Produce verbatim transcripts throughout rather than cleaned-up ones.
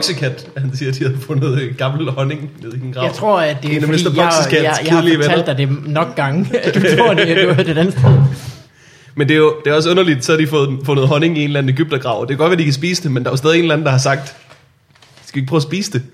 oksekat. Han siger, at de havde fundet gammel honning nede i en grav. Jeg tror, at det er, fordi jeg, jeg, jeg, jeg har fortalt dig det nok gange. Du tror, det er det andet sted. Men det er jo det er også underligt, så har de fået, fundet honning i en eller anden egyptergrav. Det kan godt være, de kan spise det, men der er jo stadig en eller anden, der har sagt, skal vi ikke prøve at spise det?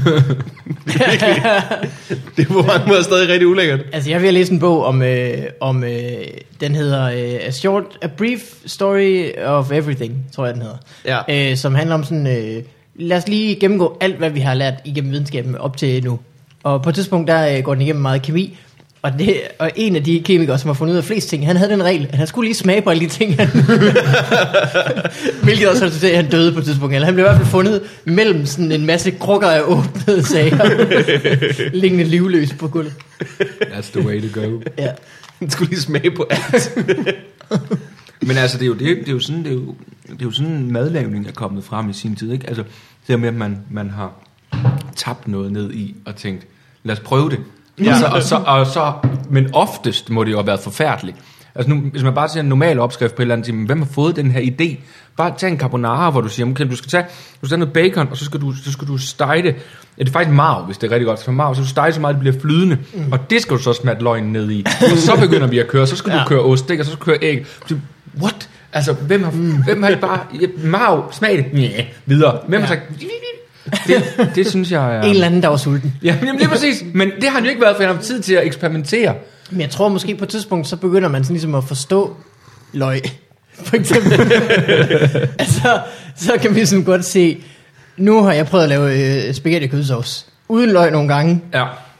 Det er på mange måder stadig rigtig ulækkert. Altså, jeg vil læse en bog om, øh, om øh, den hedder øh, A Short, A Brief Story of Everything, tror jeg, den hedder. Ja. Øh, som handler om sådan, øh, lad os lige gennemgå alt, hvad vi har lært igennem videnskaben op til nu. Og på et tidspunkt, der øh, går den igennem meget kemi. Og, det, og en af de kemikere, som har fundet ud af flest ting, han havde den regel, at han skulle lige smage på alle de ting, han hvilket også resulterede, at han døde på et tidspunkt. Eller han blev i hvert fald fundet mellem sådan en masse krukker af åbnede sager, liggende livløs på gulvet. That's the way to go. Ja. Han skulle lige smage på alt. Men altså, det er jo, det, det er jo sådan, det er jo, det er jo sådan madlavning er kommet frem i sin tid, ikke? Altså, det der med, at man, man har tabt noget ned i og tænkt, lad os prøve det. Ja. Og så, og så, og så, men oftest må det jo have været forfærdeligt. Altså nu, hvis man bare ser en normal opskrift på et eller andet time, hvem har fået den her idé? Bare tage en carbonara, hvor du siger, okay, du skal tage, du skal tage noget bacon, og så skal du, så skal du stege det. Ja, det er faktisk marv, hvis det er rigtig godt. Så marv, så du stege så meget, det bliver flydende. Mm. Og det skal du så smatte løgnen ned i. Og så begynder vi at køre, så skal ja. du køre ost, og så skal du køre æg. What? Altså, hvem har, mm. hvem har bare, ja, marv, smag det? Ja, videre. Hvem ja. har sagt... Det, det synes jeg er... En eller anden, der var sulten. Ja, jamen lige præcis. Men det har han jo ikke været, for han har tid til at eksperimentere. Men jeg tror måske på et tidspunkt, så begynder man sådan ligesom at forstå løg. For eksempel. Altså, så kan vi sådan godt se, nu har jeg prøvet at lave øh, spaghetti kødsovs. Uden løg nogle gange. Ja.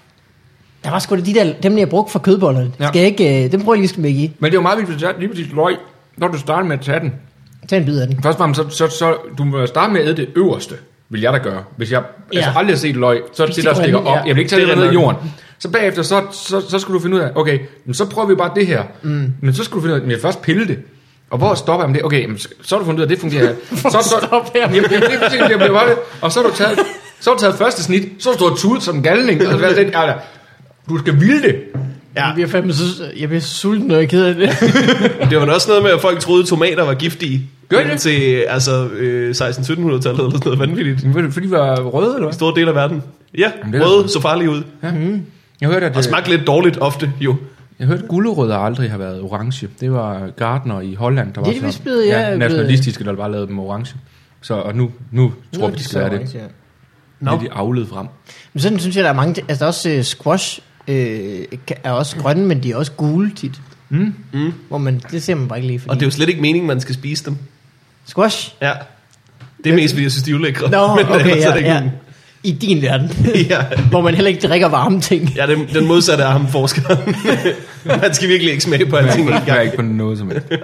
Der var sgu da de der, dem jeg brugte for kødbollerne. Ja. Skal jeg ikke, øh, dem prøver jeg lige skal med i. Men det er jo meget vigtigt at tage lige præcis løg, når du starter med at tage den. Tag en bid af den. Først og fremmest, så, så, så du må starte med at æde det øverste. Vil jeg da gøre. Hvis jeg ja. altså aldrig har set løg, så er det det, der stikker op. Ja. Jeg vil ikke tage det, det ned i jorden. Så bagefter, så, så, så skal du finde ud af, okay, men så prøver vi bare det her. Mm. Men så skal du finde ud af, at jeg først pille det. Og hvor stopper jeg med det? Okay, så, så har du fundet ud af, at det fungerer. Så, så stopper jeg med det. Jamen, det var det. Og så har du taget, så har du taget første snit, så har du stået tudet som en galning. Og så den, altså, du skal vilde det. Ja. Jeg bliver fandme så, jeg bliver sulten, når jeg keder det. Det var også noget med, at folk troede, at tomater var giftige. Gør det? Til altså, øh, seksten sytten hundrede-tallet eller sådan noget vanvittigt. Fordi de var røde, eller hvad? I store dele af verden. Ja, røde så farlige ud. Ja. Mm. Jeg hørte, at det... Og smagte lidt dårligt ofte, jo. Jeg hørte, at gulerødder aldrig har været orange. Det var Gardner i Holland, der var det, så blevet, ja, ja, nationalistiske, der bare lavede dem orange. Så og nu, nu tror vi, de skal være det. Ja. No. Det er de afledt frem. Men sådan synes jeg, der er mange... Altså, der er også uh, squash øh, er også grønne, men de er også gule tit. Mm. Mm. Hvor man, det ser man bare ikke lige. Fordi... Og det er jo slet ikke meningen, man skal spise dem. Squash? Ja. Det er mest, fordi jeg synes, de er ulækre. Nå, men okay, ja, ikke ja. I din verden. Ja. Hvor man heller ikke drikker varme ting. Ja, den, den modsatte er ham forskeren. Man skal virkelig ikke smage på alting. Jeg er ikke på noget som helst.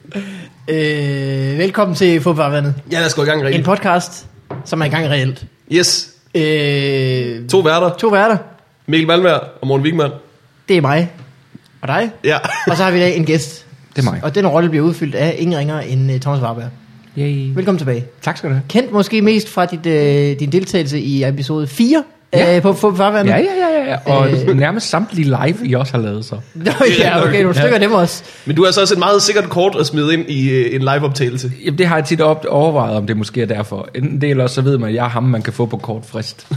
øh, velkommen til Fodboldvandet. Ja, lad os gå i gang reelt. En podcast, som er i gang reelt. Yes. Øh, to værter. To værter. Mikkel Malmberg og Morten Wigman. Det er mig. Og dig. Ja. Og så har vi i dag en gæst. Det er mig. Og den rolle bliver udfyldt af ingen ringere end uh, Thomas Warberg. Yay. Velkommen tilbage. Tak skal du have. Kendt måske mest fra dit, øh, din deltagelse i episode fire ja. øh, på Fodboldvandet. Ja, ja, ja, ja. Og øh, nærmest samtlige live, I også har lavet så. Nå, ja, okay, nogle stykker ja. Dem også. Men du har så også et meget sikkert kort at smide ind i øh, en live-optagelse. Jamen, det har jeg tit op overvejet, om det måske er derfor. En del også, så ved man, at jeg er ham, man kan få på kort frist.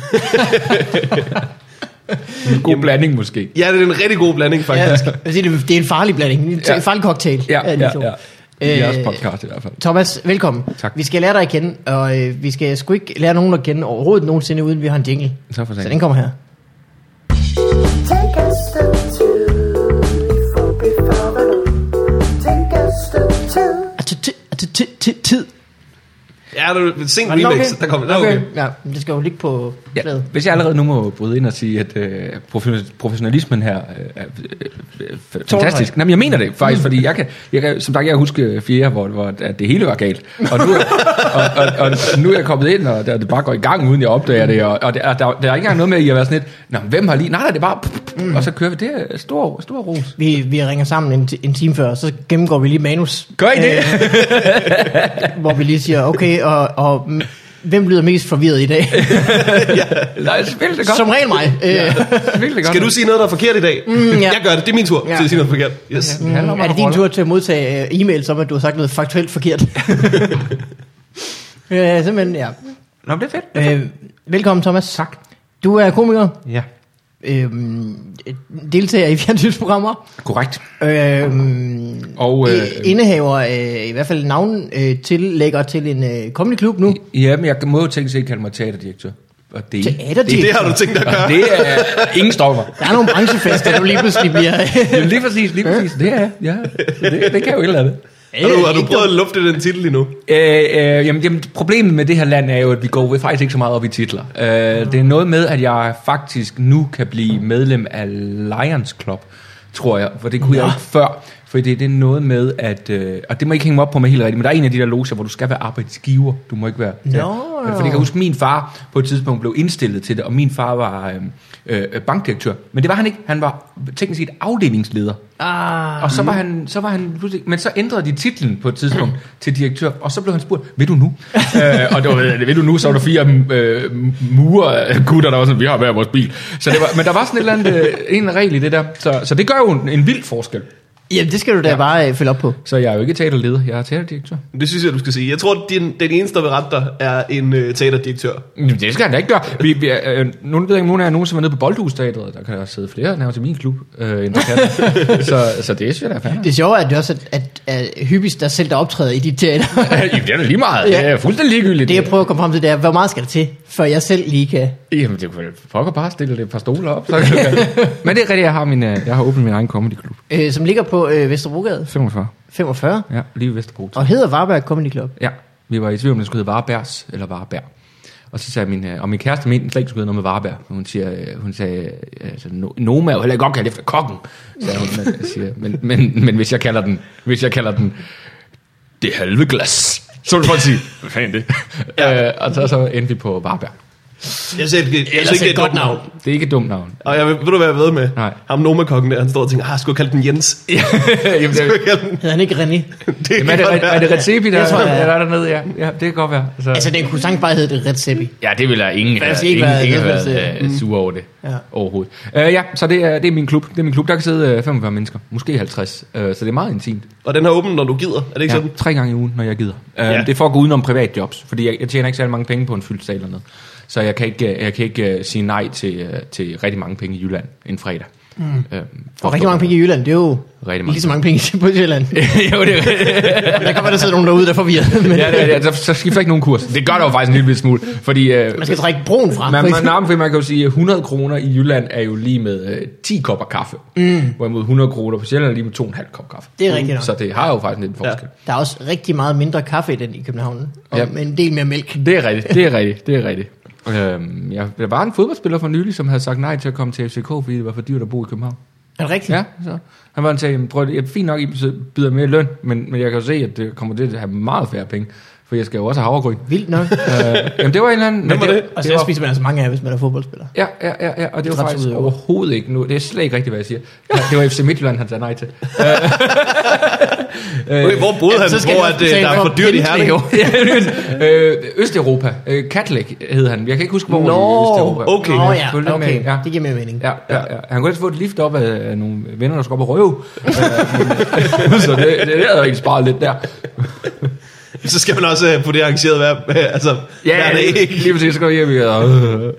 En god Jamen, blanding måske. Ja, det er en rigtig god blanding faktisk. Ja, det er en farlig blanding. En ja. farlig cocktail. Ja, ja, ja. I jeres podcast i hvert fald. Thomas, velkommen. Tak. Vi skal lære dig at kende, og øh, vi skal sgu ikke lære nogen at kende overhovedet nogensinde, uden vi har en jingle. Så, for så den kommer her. Take a step two before before Take a step two. Tid. Ja, det er et sent remix, der kommer. Der okay. Okay. Ja, det skal jo ligge på ja, hvis jeg allerede nu må bryde ind og sige, at øh, professionalismen her øh, er øh, fantastisk. Nej, men jeg mener det faktisk, fordi jeg kan, jeg kan som sagt, jeg husker fjerde, hvor, hvor at det hele var galt. Og nu, og, og, og, og nu er jeg kommet ind, og der, det bare går i gang, uden jeg opdager det. Og, og der, der, der er ikke engang noget med, at I har været sådan lidt, nå, hvem har lige? Nej, nej, det er bare... Mm. Og så kører vi. Det er stor, stor ros. Vi, vi ringer sammen en, en time før, så gennemgår vi lige manus. Gør I det? Øh, hvor vi lige siger, okay, og, og hvem lyder mest forvirret i dag? Ja, nej, spil det godt. Som regel mig. Ja. Godt. Skal du sige noget, der er forkert i dag? Mm, ja. Jeg gør det. Det er min tur ja. til at sige noget forkert. Yes. Okay. Mm. Er det din tur til at modtage uh, e-mails om, at du har sagt noget faktuelt forkert? Ja, simpelthen, ja. Nå, det er fedt. Øh, velkommen, Thomas. Tak. Du er komiker. Ja. Øhm, deltager i fjernsynsprogrammer. Korrekt. Øhm, Og, øh, indehaver øh, i hvert fald navn øh, tillægger til en øh, kommende klub nu. Ja, men jeg må jo tænke sig at kalde mig teaterdirektør. Og det, Teaterdirektør? Det har du tænkt dig at gøre. og det er ingen stopper. Der er nogle branchefester, du lige pludselig bliver... Ja, lige præcis, lige præcis. Det er ja. Det, det kan jo et eller andet. Har du, har du prøvet at lufte den titel endnu? Øh, øh, jamen, jamen, problemet med det her land er jo, at vi går faktisk ikke så meget op i titler. Øh, det er noget med, at jeg faktisk nu kan blive medlem af Lions Club, tror jeg. For det kunne Nå. jeg ikke før. For det, det er noget med, at... Øh, og det må ikke hænge mig op på mig helt rigtigt, men der er en af de der loger, hvor du skal være arbejdsgiver. Du må ikke være... Nå. Ja. For jeg kan huske, at min far på et tidspunkt blev indstillet til det, og min far var øh, øh, bankdirektør. Men det var han ikke. Han var teknisk set afdelingsleder. Ah, Og så var han, så var han pludselig, men så ændrede de titlen på et tidspunkt til direktør, og så blev han spurgt, vil du nu? øh, og det var, ved du nu, så var der fire øh, murer-gutter, der var sådan, vi har hver vores bil. Så det var, men der var sådan et eller andet, øh, en regel i det der, så, så det gør jo en, en vild forskel. jamen, det skal du da Ja. bare øh, følge op på. Så jeg er jo ikke teaterleder, jeg er teaterdirektør. Det synes jeg, du skal sige. Jeg tror, at den, den eneste, der vil rette dig, er en øh, teaterdirektør. Jamen, det skal han da ikke gøre. Vi, vi, øh, nogen ved ikke, nogen af jer nogen, som er nede på Boldhusteatret, der kan der sidde flere nærmest i min klub, øh, end der kan. så, så det synes jeg da er færdigt. Det sjove er, at det også er, at, at hyppigst der selv der optræder i dit teater. Jamen, det er da lige meget. Ja. Det er fuldstændig ligegyldigt. Det jeg prøver at komme frem til, det er, hvor meget skal der til, før jeg selv lige kan... Jamen, det kunne fucker bare stille et par stoler op. Så kan Men det er rigtigt, jeg har, min, jeg har åbnet min egen comedy-klub. Øh, som ligger på øh, Vesterbrogade femogfyrre. femogfyrre, Ja, lige ved Vesterbro. og hedder Varberg Comedy Club. Ja, vi var i tvivl, om det skulle hedde Varbergs eller Varberg. Og så sagde min, og min kæreste mente slet ikke skulle hedde noget med Varberg. Hun siger, hun sagde, altså, Noma er jo heller ikke godt kaldt efter kokken, sagde hun. Men, jeg siger, men, men, men hvis jeg kalder den, hvis jeg kalder den det halve glas, så vil folk sige, hvad fanden det? Ja. Øh, og så, så endte vi på Varberg. Jeg siger, jeg Ellers synes ikke, et godt navn. Det er ikke et dumt navn. Og jeg ved, ved du, hvad jeg ved med? Nej. Ham Noma-kokken der, han står og tænker, ah, jeg skulle kalde den Jens. Jamen, det, Skulle jeg kalde den? Hedder han ikke René? Det Jamen, er, det, godt være. er det Recepi, der, Det tror jeg, der ja. er dernede? Ja, ja, det kan godt være. Så. Altså, den kunne sagtens bare hedde det Recepi. Ja, det vil jeg ingen, Det vil uh, ikke ingen, være- ingen det vil have sige- været uh, sur over det Ja. overhovedet. Uh, ja, så det er, det er min klub. Det er min klub. Der kan sidde uh, femogfyrre mennesker, måske halvtreds. Uh, så det er meget intimt. Og den er åben, når du gider. Er det ikke Ja, sådan? tre gange i ugen, når jeg gider. Uh, Ja. Det er for at gå udenom privatjobs, fordi jeg, jeg tjener ikke særlig mange penge på en fyldt sal eller noget. Så jeg kan ikke, jeg kan ikke uh, sige nej til, uh, til rigtig mange penge i Jylland en fredag. Mm. Uh, Og rigtig mange penge i Jylland, det er jo Rigtig mange lige så mange penge på Jylland. jo, det er Der kan være, der sidder nogen derude, der er forvirret. Men ja, det, er- så, så skifter ikke nogen kurs. Det gør der jo faktisk en lille smule, fordi... Uh, man skal trække broen fra. Man, for man, eksempel. man, man kan jo sige, at hundrede kroner i Jylland er jo lige med øh, ti kopper kaffe. Mm. Hvorimod hundrede kroner på Sjælland er lige med to komma fem kop kaffe. Det er rigtigt nok. Så det har jo faktisk lidt forskel. Der er også rigtig meget mindre kaffe i den i København. Og Ja. med en del mere mælk. Det er rigtigt, det er rigtigt, det er rigtigt. Øhm, ja, der var en fodboldspiller for nylig, som havde sagt nej til at komme til F C K, fordi det var for dyrt at bo i København. Er det rigtigt? Ja, så han var en sagde, prøv det, jeg er fint nok, I byder mere løn, men, men jeg kan jo se, at det kommer til at have meget færre penge, for jeg skal jo også have havregryn. Vildt nok. øh, jamen det var en eller anden... Hvem var det? Og så var- spiser man altså mange af, hvis man er fodboldspiller. Ja, ja, ja, ja, og det var Træt faktisk ud i år. overhovedet ikke nu. Det er slet ikke rigtigt, hvad jeg siger. Ja, det var F C Midtjylland, han sagde nej til. Okay, hvor boede Ja, han? så skal Hvor han at, øh, betale der er for for dyrt i pendling. Herning? øh, Østeuropa. Øh, Catholic hed han. Jeg kan ikke huske, hvor Nå, i Østeuropa. okay. Nå ja, Følg med, okay. ja. Det giver mere mening. Ja, ja, ja. Han kunne ellers få et lift op af nogle venner, der skulle op og røve. Øh, men- så det, det, det havde jeg ikke sparet lidt der. Så skal man også øh, få det arrangeret hver, altså, hver dag, ikke? lige præcis, så går jeg hjem og... Øh.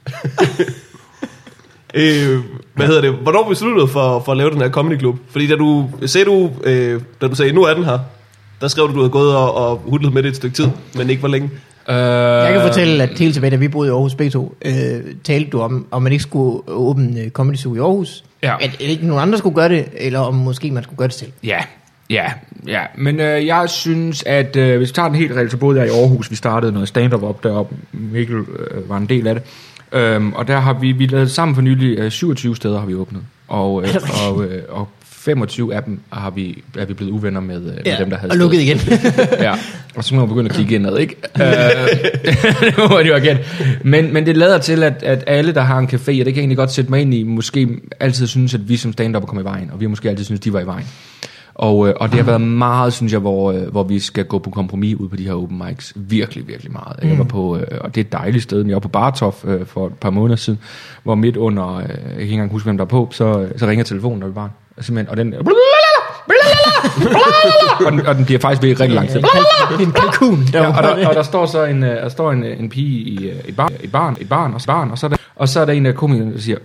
Øh, hvad hedder det? Hvornår besluttede du for, for at lave den her comedy club? Fordi da du sagde, du, øh, da du sagde, nu er den her, der skrev du, du havde gået og, og hudlet med det et stykke tid, men ikke hvor længe. Øh, Jeg kan fortælle, at helt tilbage, da vi boede i Aarhus begge to, øh, talte du om, om man ikke skulle åbne øh, Comedy Zoo i Aarhus. Ja. At ikke nogen andre skulle gøre det, eller om måske man skulle gøre det selv. Ja, ja, ja. Men øh, jeg synes, at øh, hvis vi tager den helt reelt, så boede jeg i Aarhus. Vi startede noget stand-up op deroppe. Mikkel øh, var en del af det. Øhm, og der har vi, vi lavet sammen for nylig øh, syvogtyve steder har vi åbnet. Og, øh, og, øh, og femogtyve af dem har vi, er vi blevet uvenner med, øh, med dem, der havde og lukket igen. ja, og så må man begynde at kigge indad, ikke? Øh, det må man jo erkende. Men, men det lader til, at, at alle, der har en café, og det kan jeg egentlig godt sætte mig ind i, måske altid synes, at vi som stand-up kommer i vejen, og vi har måske altid synes, de var i vejen. Og, øh, og det har været meget, synes jeg, hvor, øh, hvor vi skal gå på kompromis ud på de her open mics. Virkelig, virkelig meget. Mm. Jeg var på, øh, og det er et dejligt sted, jeg var på Bartof øh, for et par måneder siden, hvor midt under, øh, jeg kan ikke engang huske, hvem der er på, så, så ringer telefonen, når vi var. Og, simpelthen, og den og, den, og den bliver faktisk ved i rigtig lang tid. En kalkun. Ja, og, der, og der står så en, der står en, en pige i et barn, et barn, et barn, og så barn, og så er der, og så er der en af komikerne, der siger,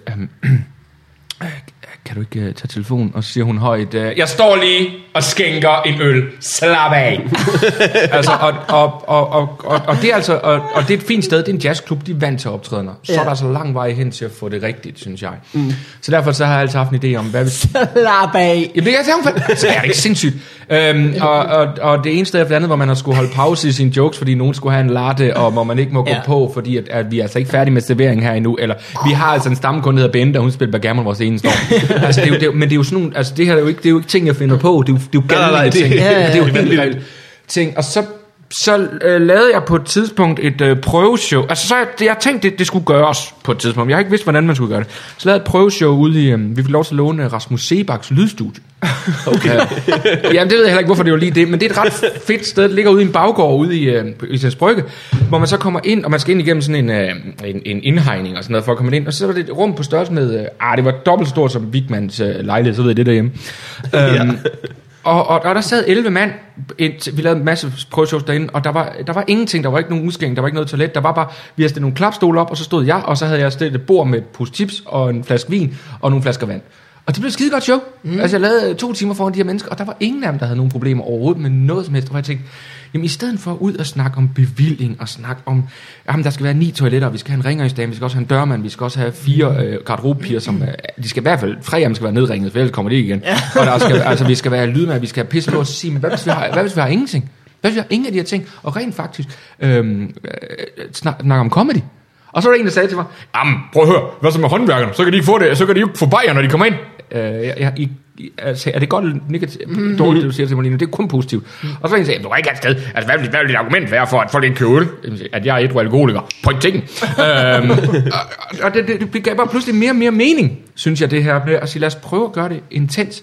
kan du ikke uh, tage telefonen? Og så siger hun højt, uh, jeg står lige og skænker en øl. Slap af. altså, og, og, og, og, og, og, det er altså, og, og det er et fint sted, det er en jazzklub, de er vant til optrædener. Så ja. Er der altså lang vej hen til at få det rigtigt, synes jeg. Mm. Så derfor så har jeg altid haft en idé om, hvad vi... Slap af. Jamen, det kan jeg sige, så er det ikke sindssygt. Øhm, og, og, og det ene sted efter andet, hvor man har skulle holde pause i sine jokes, fordi nogen skulle have en latte, og hvor man ikke må gå ja. På, fordi at, at vi er altså ikke færdige med servering her endnu, eller vi har altså en stamkunde, der hedder Bente, og hun spiller backgammon vores eneste år. altså, det er jo, det er, men det er jo sådan nogle, altså det her er jo ikke, det er jo ikke ting, jeg finder på, det er jo, det er jo gallige ting. Ja, ja, ja. Det er jo helt reelt ting, og så så øh, lavede jeg på et tidspunkt et øh, prøveshow. Altså så jeg, jeg tænkte det, det skulle gøres på et tidspunkt. Jeg har ikke vidst hvordan man skulle gøre det. Så lavede jeg et prøveshow ude i øh, vi fik lov til at låne Rasmus Sebaks lydstudie. Okay. Jamen det ved jeg heller ikke hvorfor det var lige det, men det er et ret fedt sted. Det ligger ude i en baggård ude i øh, i Sens Brygge, hvor man så kommer ind, og man skal ind igennem sådan en øh, en, en indhegning og sådan noget for at komme ind. Og så var det et rum på størrelse med øh, ah det var dobbelt så stort som Vigmans øh, lejlighed, så ved jeg det derhjemme. øhm, Og, og, og der sad elleve mand, et, vi lavede en masse prøveshows derinde, og der var, der var ingenting, der var ikke nogen udskæring, der var ikke noget toilet, der var bare, vi havde stillet nogle klapstole op, og så stod jeg, og så havde jeg stillet et bord med et pose chips, og en flaske vin, og nogle flasker vand. Og det blev et skide godt show. Mm. Altså jeg lavede to timer foran de her mennesker, og der var ingen af dem, der havde nogen problemer overhovedet med noget som helst, og jeg tænkte, jamen i stedet for ud og snakke om bevilling, og snakke om, jamen der skal være ni toiletter, vi skal have en rengøringsdame, vi skal også have en dørmand, vi skal også have fire øh, garderobepiger, som, øh, de skal i hvert fald, tre af dem skal være nedringet, for ellers kommer det igen. Ja. Og der skal, altså vi skal være lydmand, vi skal have pisselort, så sige, men hvad hvis vi har, hvad hvis vi har ingenting? Hvad hvis vi har ingen af de her ting? Og rent faktisk, øh, øh, snakke snak om comedy. Og så var der en, der sagde til mig, jamen prøv at høre, hvad så med håndværkerne? Så kan de ikke få det, så kan de ikke få bajer, når de kommer ind. Øh, jeg, jeg, I, altså, er det godt eller negativt? Mm. Dårligt, det du siger til mig lige nu. Det er kun positivt. Mm. Og så var en, der sagde, du kan ikke have et sted. Altså, hvad vil, hvad vil dit argument være for, at folk ikke køber øl? At jeg er et alkoholiker. Point taken. øhm, og og det, det, det gav bare pludselig mere og mere mening, synes jeg, det her med at sige, lad os prøve at gøre det intens.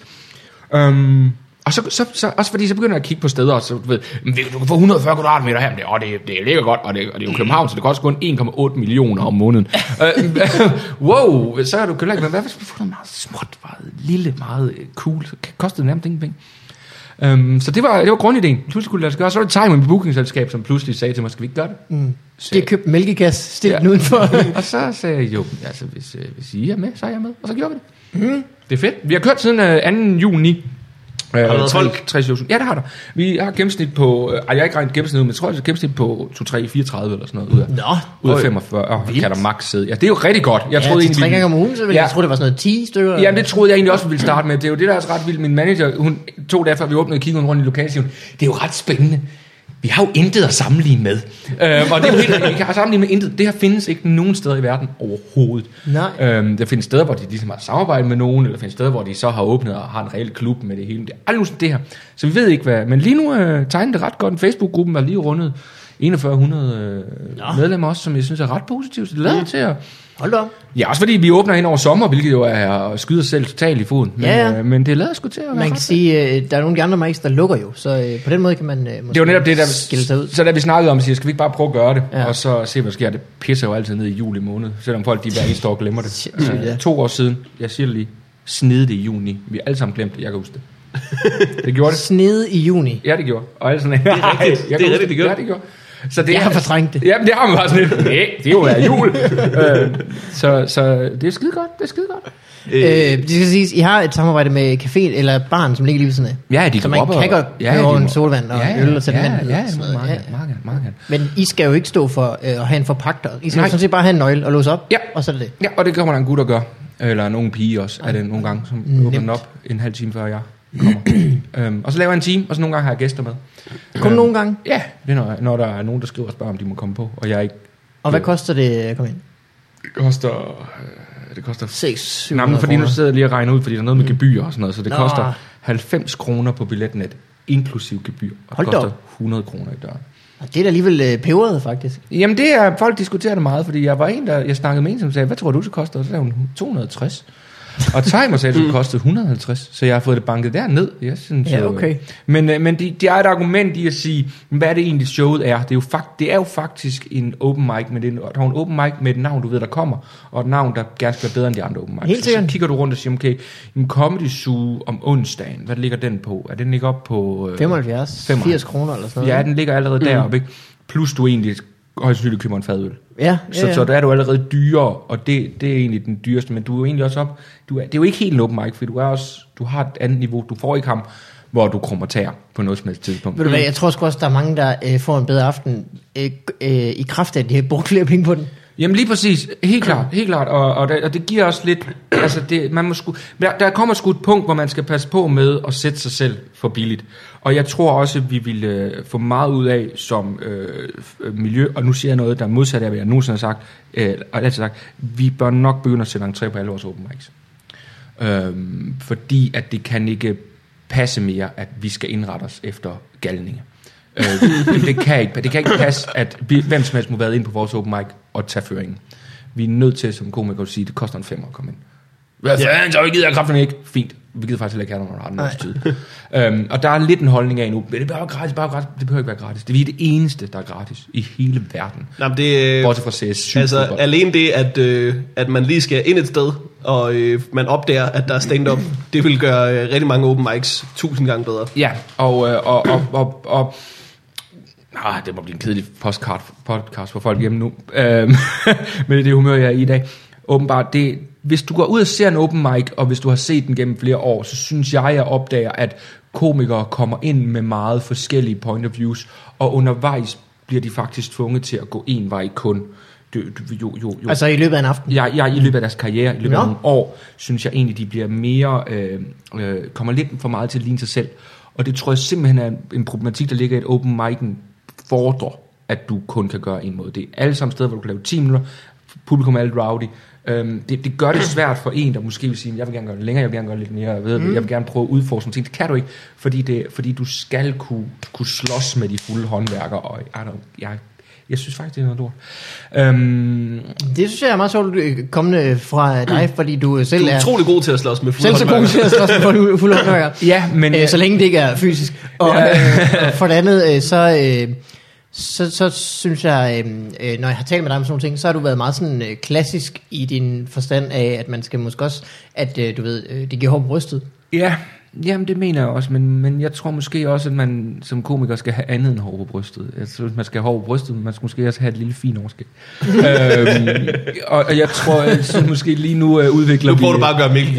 Øhm, Og så, så, så, også fordi så begynder jeg at kigge på steder, og så du ved, du kan få et hundrede og fyrre kvadratmeter her, men det, og det, det ligger godt, og det, og det er jo København, så det koster kun en komma otte millioner om måneden. uh, wow, så er du købt, men hvad hvis vi får noget meget småt, meget lille, meget cool, så koster det nærmest ingen penge. Um, så det var, det var grundideen. Pludselig kunne det lade sig gøre. Så var det Time med bookingselskab, som pludselig sagde til mig, skal vi ikke gøre det? Mm. De har købt mælkekasse, stillet den udenfor. Og så sagde jeg, jo, altså hvis, hvis I er med, så er jeg med. Og så gjorde vi det. Mm. Det er fedt. Vi har kørt siden uh, anden juni. Har der været folk? Ja, det har der. Vi har gennemsnit på, øh, jeg har ikke regnet gennemsnit ud, men jeg tror, det er gennemsnit på to tre fireogtredive eller sådan noget ud af, Nå, ud af femogfyrre. Åh, kan der max sidde. Ja, det er jo rigtig godt. Jeg ja, troede egentlig, tre gange om ugen, så ville ja. Jeg tro, det var sådan noget ti stykker. Ja, det troede jeg egentlig også ville starte med. Det er jo det, der er ret vildt. Min manager, hun to dage før vi åbnede, kiggede rundt i lokalet, det er jo ret spændende. Vi har jo intet at sammenligne med. Øhm, og det er jo helt, vi kan sammenligne med intet. Det her findes ikke nogen steder i verden overhovedet. Nej. Øhm, der findes steder, hvor de ligesom har samarbejdet med nogen, eller der findes steder, hvor de så har åbnet og har en reel klub med det hele. Det er aldrig sådan det her. Så vi ved ikke hvad. Men lige nu øh, tegner det ret godt. En Facebook-gruppen var lige rundet enogfyrre hundrede øh, medlemmer også, som jeg synes er ret positivt. Så det lader mm. til at... Hold da op. Ja, også fordi vi åbner ind over sommer, hvilket jo er at skyde os selv totalt i foden. Men, ja, ja. øh, men det lader sgu til at være. Man kan sige, øh, der er nogle af de andre markeder, der lukker jo, så øh, på den måde kan man øh, måske det var netop det, der, skille sig ud. Så da vi snakkede om, siger, skal vi ikke bare prøve at gøre det, ja. og så se, hvad sker. Det pisser jo altid ned i juli måned, selvom folk de hver eneste år glemmer det. Shit, ja. uh, to år siden, jeg siger det lige, snede det i juni. Vi har alle sammen glemt det, jeg kan huske det. Det gjorde det. Snede i juni? Ja, det gjorde. Og alle sådan, det er rigtigt, det er rigtigt, det gjorde. Ja, det gjorde. Så det jeg er, har fortrængt det. Jamen, det har man bare sådan lidt. Nej, det er jo er jul. uh, så, så det er skide godt, det er skide godt. Øh, det skal siges, I har et samarbejde med café eller barn, som ligger lige ved siden af. Ja, de så man kan godt ja, over en solvand og ja, øl og sådan ja, noget. ja, ja, meget, meget, meget, meget, meget. Men I skal jo ikke stå for øh, at have en forpagter. I skal sådan set bare have en nøgle og låse op, ja. Og så er det det. Ja, og det kommer der en gut, der gør. Eller nogen pige også, er det nogle gange, som Nemt. åbner den op en halv time før jeg kommer. øhm, og så laver jeg en time, og så nogle gange har jeg gæster med. Kun øhm, nogle gange? Ja, det er når, når der er nogen, der skriver og spørger, om de må komme på, og jeg ikke... Og hvad koster det at komme ind? Det koster... Øh, det koster... seks syv Nej, men fordi nu sidder jeg lige og regner ud, fordi der er noget med gebyr og sådan noget, så det Nå. koster halvfems kroner på billetnet, inklusiv gebyr, og det koster hundrede kroner i døren. Og det er da alligevel øh, peberet, faktisk. Jamen det er, folk diskuterer det meget, fordi jeg var en, der, jeg snakkede med en, som sagde, hvad tror du, det koster? Og så sagde hun to hundrede og tres. Og timer sagde, at det kostede et hundrede og halvtreds, så jeg har fået det banket derned. Jeg synes, Ja, okay. jo, men men de, de er et argument i at sige, hvad er det egentlig showet er? Det er jo, fakt, det er jo faktisk en open mic, men det er, der er en open mic med et navn, du ved, der kommer, og et navn, der gerne skal være bedre end de andre open mics. Helt sikkert. Så kigger du rundt og siger, okay, en Comedy Zoo om onsdagen, hvad ligger den på? Er den ligger op på... Øh, femoghalvfjerds, firs kroner eller sådan noget. Ja, den ligger allerede mm. deroppe, ikke? Plus du egentlig højst sandsynligt køber en fadøl. Ja, ja, så, ja. så der er du allerede dyrere, og det, det er egentlig den dyreste, men du er jo egentlig også op, du er, det er jo ikke helt en open mic, for du, er også, du har et andet niveau, du får ikke ham, hvor du krummer tæer på noget som helst tidspunkt. Ved du hvad, jeg tror sgu også, der er mange, der øh, får en bedre aften øh, øh, i kraft af, at de har brugt flere penge på den. Jamen lige præcis, helt klart, helt klart, og, og, det, og det giver også lidt, altså det, man må sku, der, der kommer sgu et punkt, hvor man skal passe på med at sætte sig selv for billigt, og jeg tror også, at vi vil øh, få meget ud af som øh, miljø, og nu siger jeg noget, der er modsat af, hvad jeg nogensinde har sagt, øh, og altid sagt, vi bør nok begynde at sætte entré på alle vores open mics, øhm, fordi at det kan ikke passe mere, at vi skal indrette os efter galninge. øh, det, kan ikke, det kan ikke passe, at vi, hvem som helst må være inde på vores open mic og tage føringen. Vi er nødt til, som komiker at sige, det koster en femmer at komme ind. Hvad fanden, så vi gider krafterne ikke. Fint. Vi gider faktisk heller ikke have, når der har den tid. øhm, og der er lidt en holdning af nu, men det behøver gratis, bare gratis. Det behøver ikke være gratis. Det er det eneste, der er gratis i hele verden. Nå, det, bortset fra C S syv. Altså alene det, at, øh, at man lige skal ind et sted, og øh, man opdager, at der er stand-up, det vil gøre øh, rigtig mange open mics tusind gange bedre. Ja, og, øh, og, og, og, og ah, det må blive en kedelig podcast, podcast for folk hjemme nu. Øhm, men det er det humør, jeg er i i dag. Åbenbart, det, hvis du går ud og ser en open mic, og hvis du har set den gennem flere år, så synes jeg, jeg opdager, at komikere kommer ind med meget forskellige point of views, og undervejs bliver de faktisk tvunget til at gå en vej kun. Du, du, jo, jo, jo. Altså i løbet af en aften? Ja, ja, i løbet af deres karriere, i løbet af nogle år, synes jeg egentlig, de bliver mere, øh, øh, kommer lidt for meget til at ligne sig selv. Og det tror jeg simpelthen er en problematik, der ligger i et open mic'en fordrer, at du kun kan gøre en måde. Det er alle sammen steder, hvor du kan lave ti minutter, publikum er lidt rowdy. Øhm, det, det gør det svært for en, der måske vil sige, jeg vil gerne gøre det længere, jeg vil gerne gøre det lidt mere, jeg, ved, mm. jeg vil gerne prøve at udforske ting. Det kan du ikke, fordi, det, fordi du skal kunne, kunne slås med de fulde håndværkere, og I don't, jeg, jeg synes faktisk, det er noget lort. Øhm, det synes jeg er meget sjovt kommende fra dig, fordi du selv du er er... utrolig god til at slås med fulde selv håndværkere. Selv så god til at slås med fulde håndværkere. Ja, men... Øh, så længe det ikke er fysisk. Og øh, for det andet, øh, så... Øh, Så, så synes jeg, øh, når jeg har talt med dig om sådan nogle ting, så har du været meget sådan øh, klassisk i din forstand af, at man skal måske også, at øh, du ved, øh, det giver hår på brystet. Ja, jamen det mener jeg også, men, men jeg tror måske også, at man som komiker skal have andet end hår på brystet. Jeg synes, man skal have hår på brystet, men man skal måske også have et lille fint overskæg. øhm, og, og jeg tror, at måske lige nu øh, udvikler vi... Nu prøver vi, du bare at gøre Mikkel.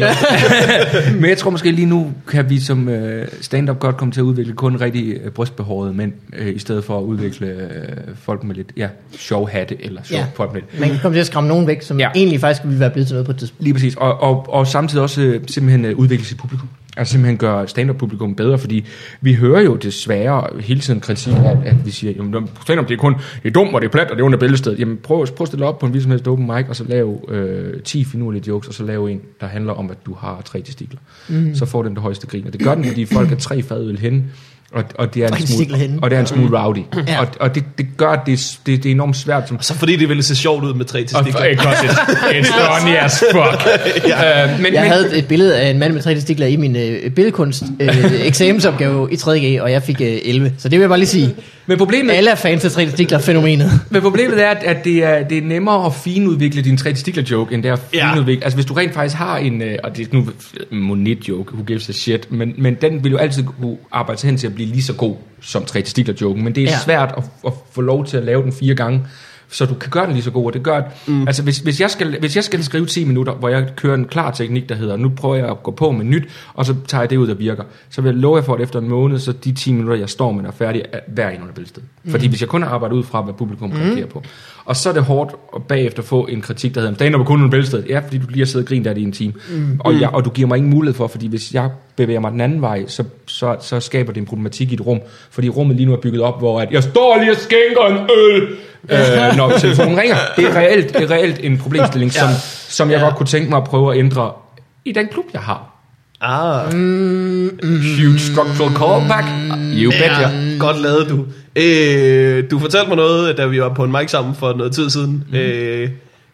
Men jeg tror måske lige nu, kan vi som øh, stand-up godt komme til at udvikle kun rigtig øh, brystbehårede mænd, øh, i stedet for at udvikle øh, folk med lidt, ja, sjov hatte, eller sjov ja. folk med lidt. Man kan komme til at skræmme nogen væk, som ja. egentlig faktisk ville være blevet til noget på et tidspunkt. Lige præcis, og, og, og samtidig også øh, simpelthen øh, udvikle sit publikum. Altså simpelthen gøre stand-up-publikum bedre, fordi vi hører jo desværre hele tiden kritik af, at vi siger, jamen stand-up det er kun, det er dumt, og det er plat, og det er under bæltestedet. Jamen prøv, prøv at stille op på en vildt open mic, og så lave øh, ti finurlige jokes, og så lave en, der handler om, at du har tre testikler. Mm. Så får den det højeste grin, og det gør den, fordi folk er tre fadøl hen, og, og det er en smule, og det er en smule rowdy. Ja. Og, og det, det gør, at det, det, det er enormt svært. Som, og så fordi det ville se sjovt ud med tre testikler. Og godt, it's funny as fuck. ja. uh, men, jeg men, havde et billede af en mand med tre testikler i min uh, billedkunst uh, eksamensopgave i tredje G, og jeg fik uh, elleve. Så det vil jeg bare lige sige. Men problemet, alle er fans af tre testikler fænomenet. Men problemet er, at det er, det er nemmere at finudvikle din tre testikler joke, end det er at finudvikle. Ja. Altså hvis du rent faktisk har en, og det er nu en monit joke, who gives a shit, men, men den vil jo altid kunne arbejde hen til at blive lige så god som tre testikler joken, men det er ja. svært at, at få lov til at lave den fire gange, så du kan gøre den lige så god, og det gør, mm. altså hvis, hvis, jeg skal, hvis jeg skal skrive ti minutter, hvor jeg kører en klar teknik, der hedder, nu prøver jeg at gå på med nyt, og så tager jeg det ud, der virker, så vil jeg love jer for, at efter en måned, så de ti minutter, jeg står med, er færdige, er hver en under billedsted. Mm. Fordi hvis jeg kun har arbejdet ud fra, hvad publikum reagerer mm. på, og så er det hårdt at bagefter få en kritik, der hedder, stand-up er kun under billedsted, ja, fordi du lige har siddet og grint der i en time, mm. og, jeg, og du giver mig ingen mulighed for, fordi hvis jeg bevæger mig den anden vej, så, så, så skaber det en problematik i et rum, fordi rummet lige nu er bygget op, hvor at jeg står lige og skænker en øl, øh, når telefonen ringer. Det er reelt, det er reelt en problemstilling, som, som jeg ja. godt kunne tænke mig at prøve at ændre i den klub, jeg har. Ah. Mm, Huge structural callback. You bet, ja. Godt lavet, du. Øh, du fortalte mig noget, da vi var på en mic sammen for noget tid siden. Mm. Øh,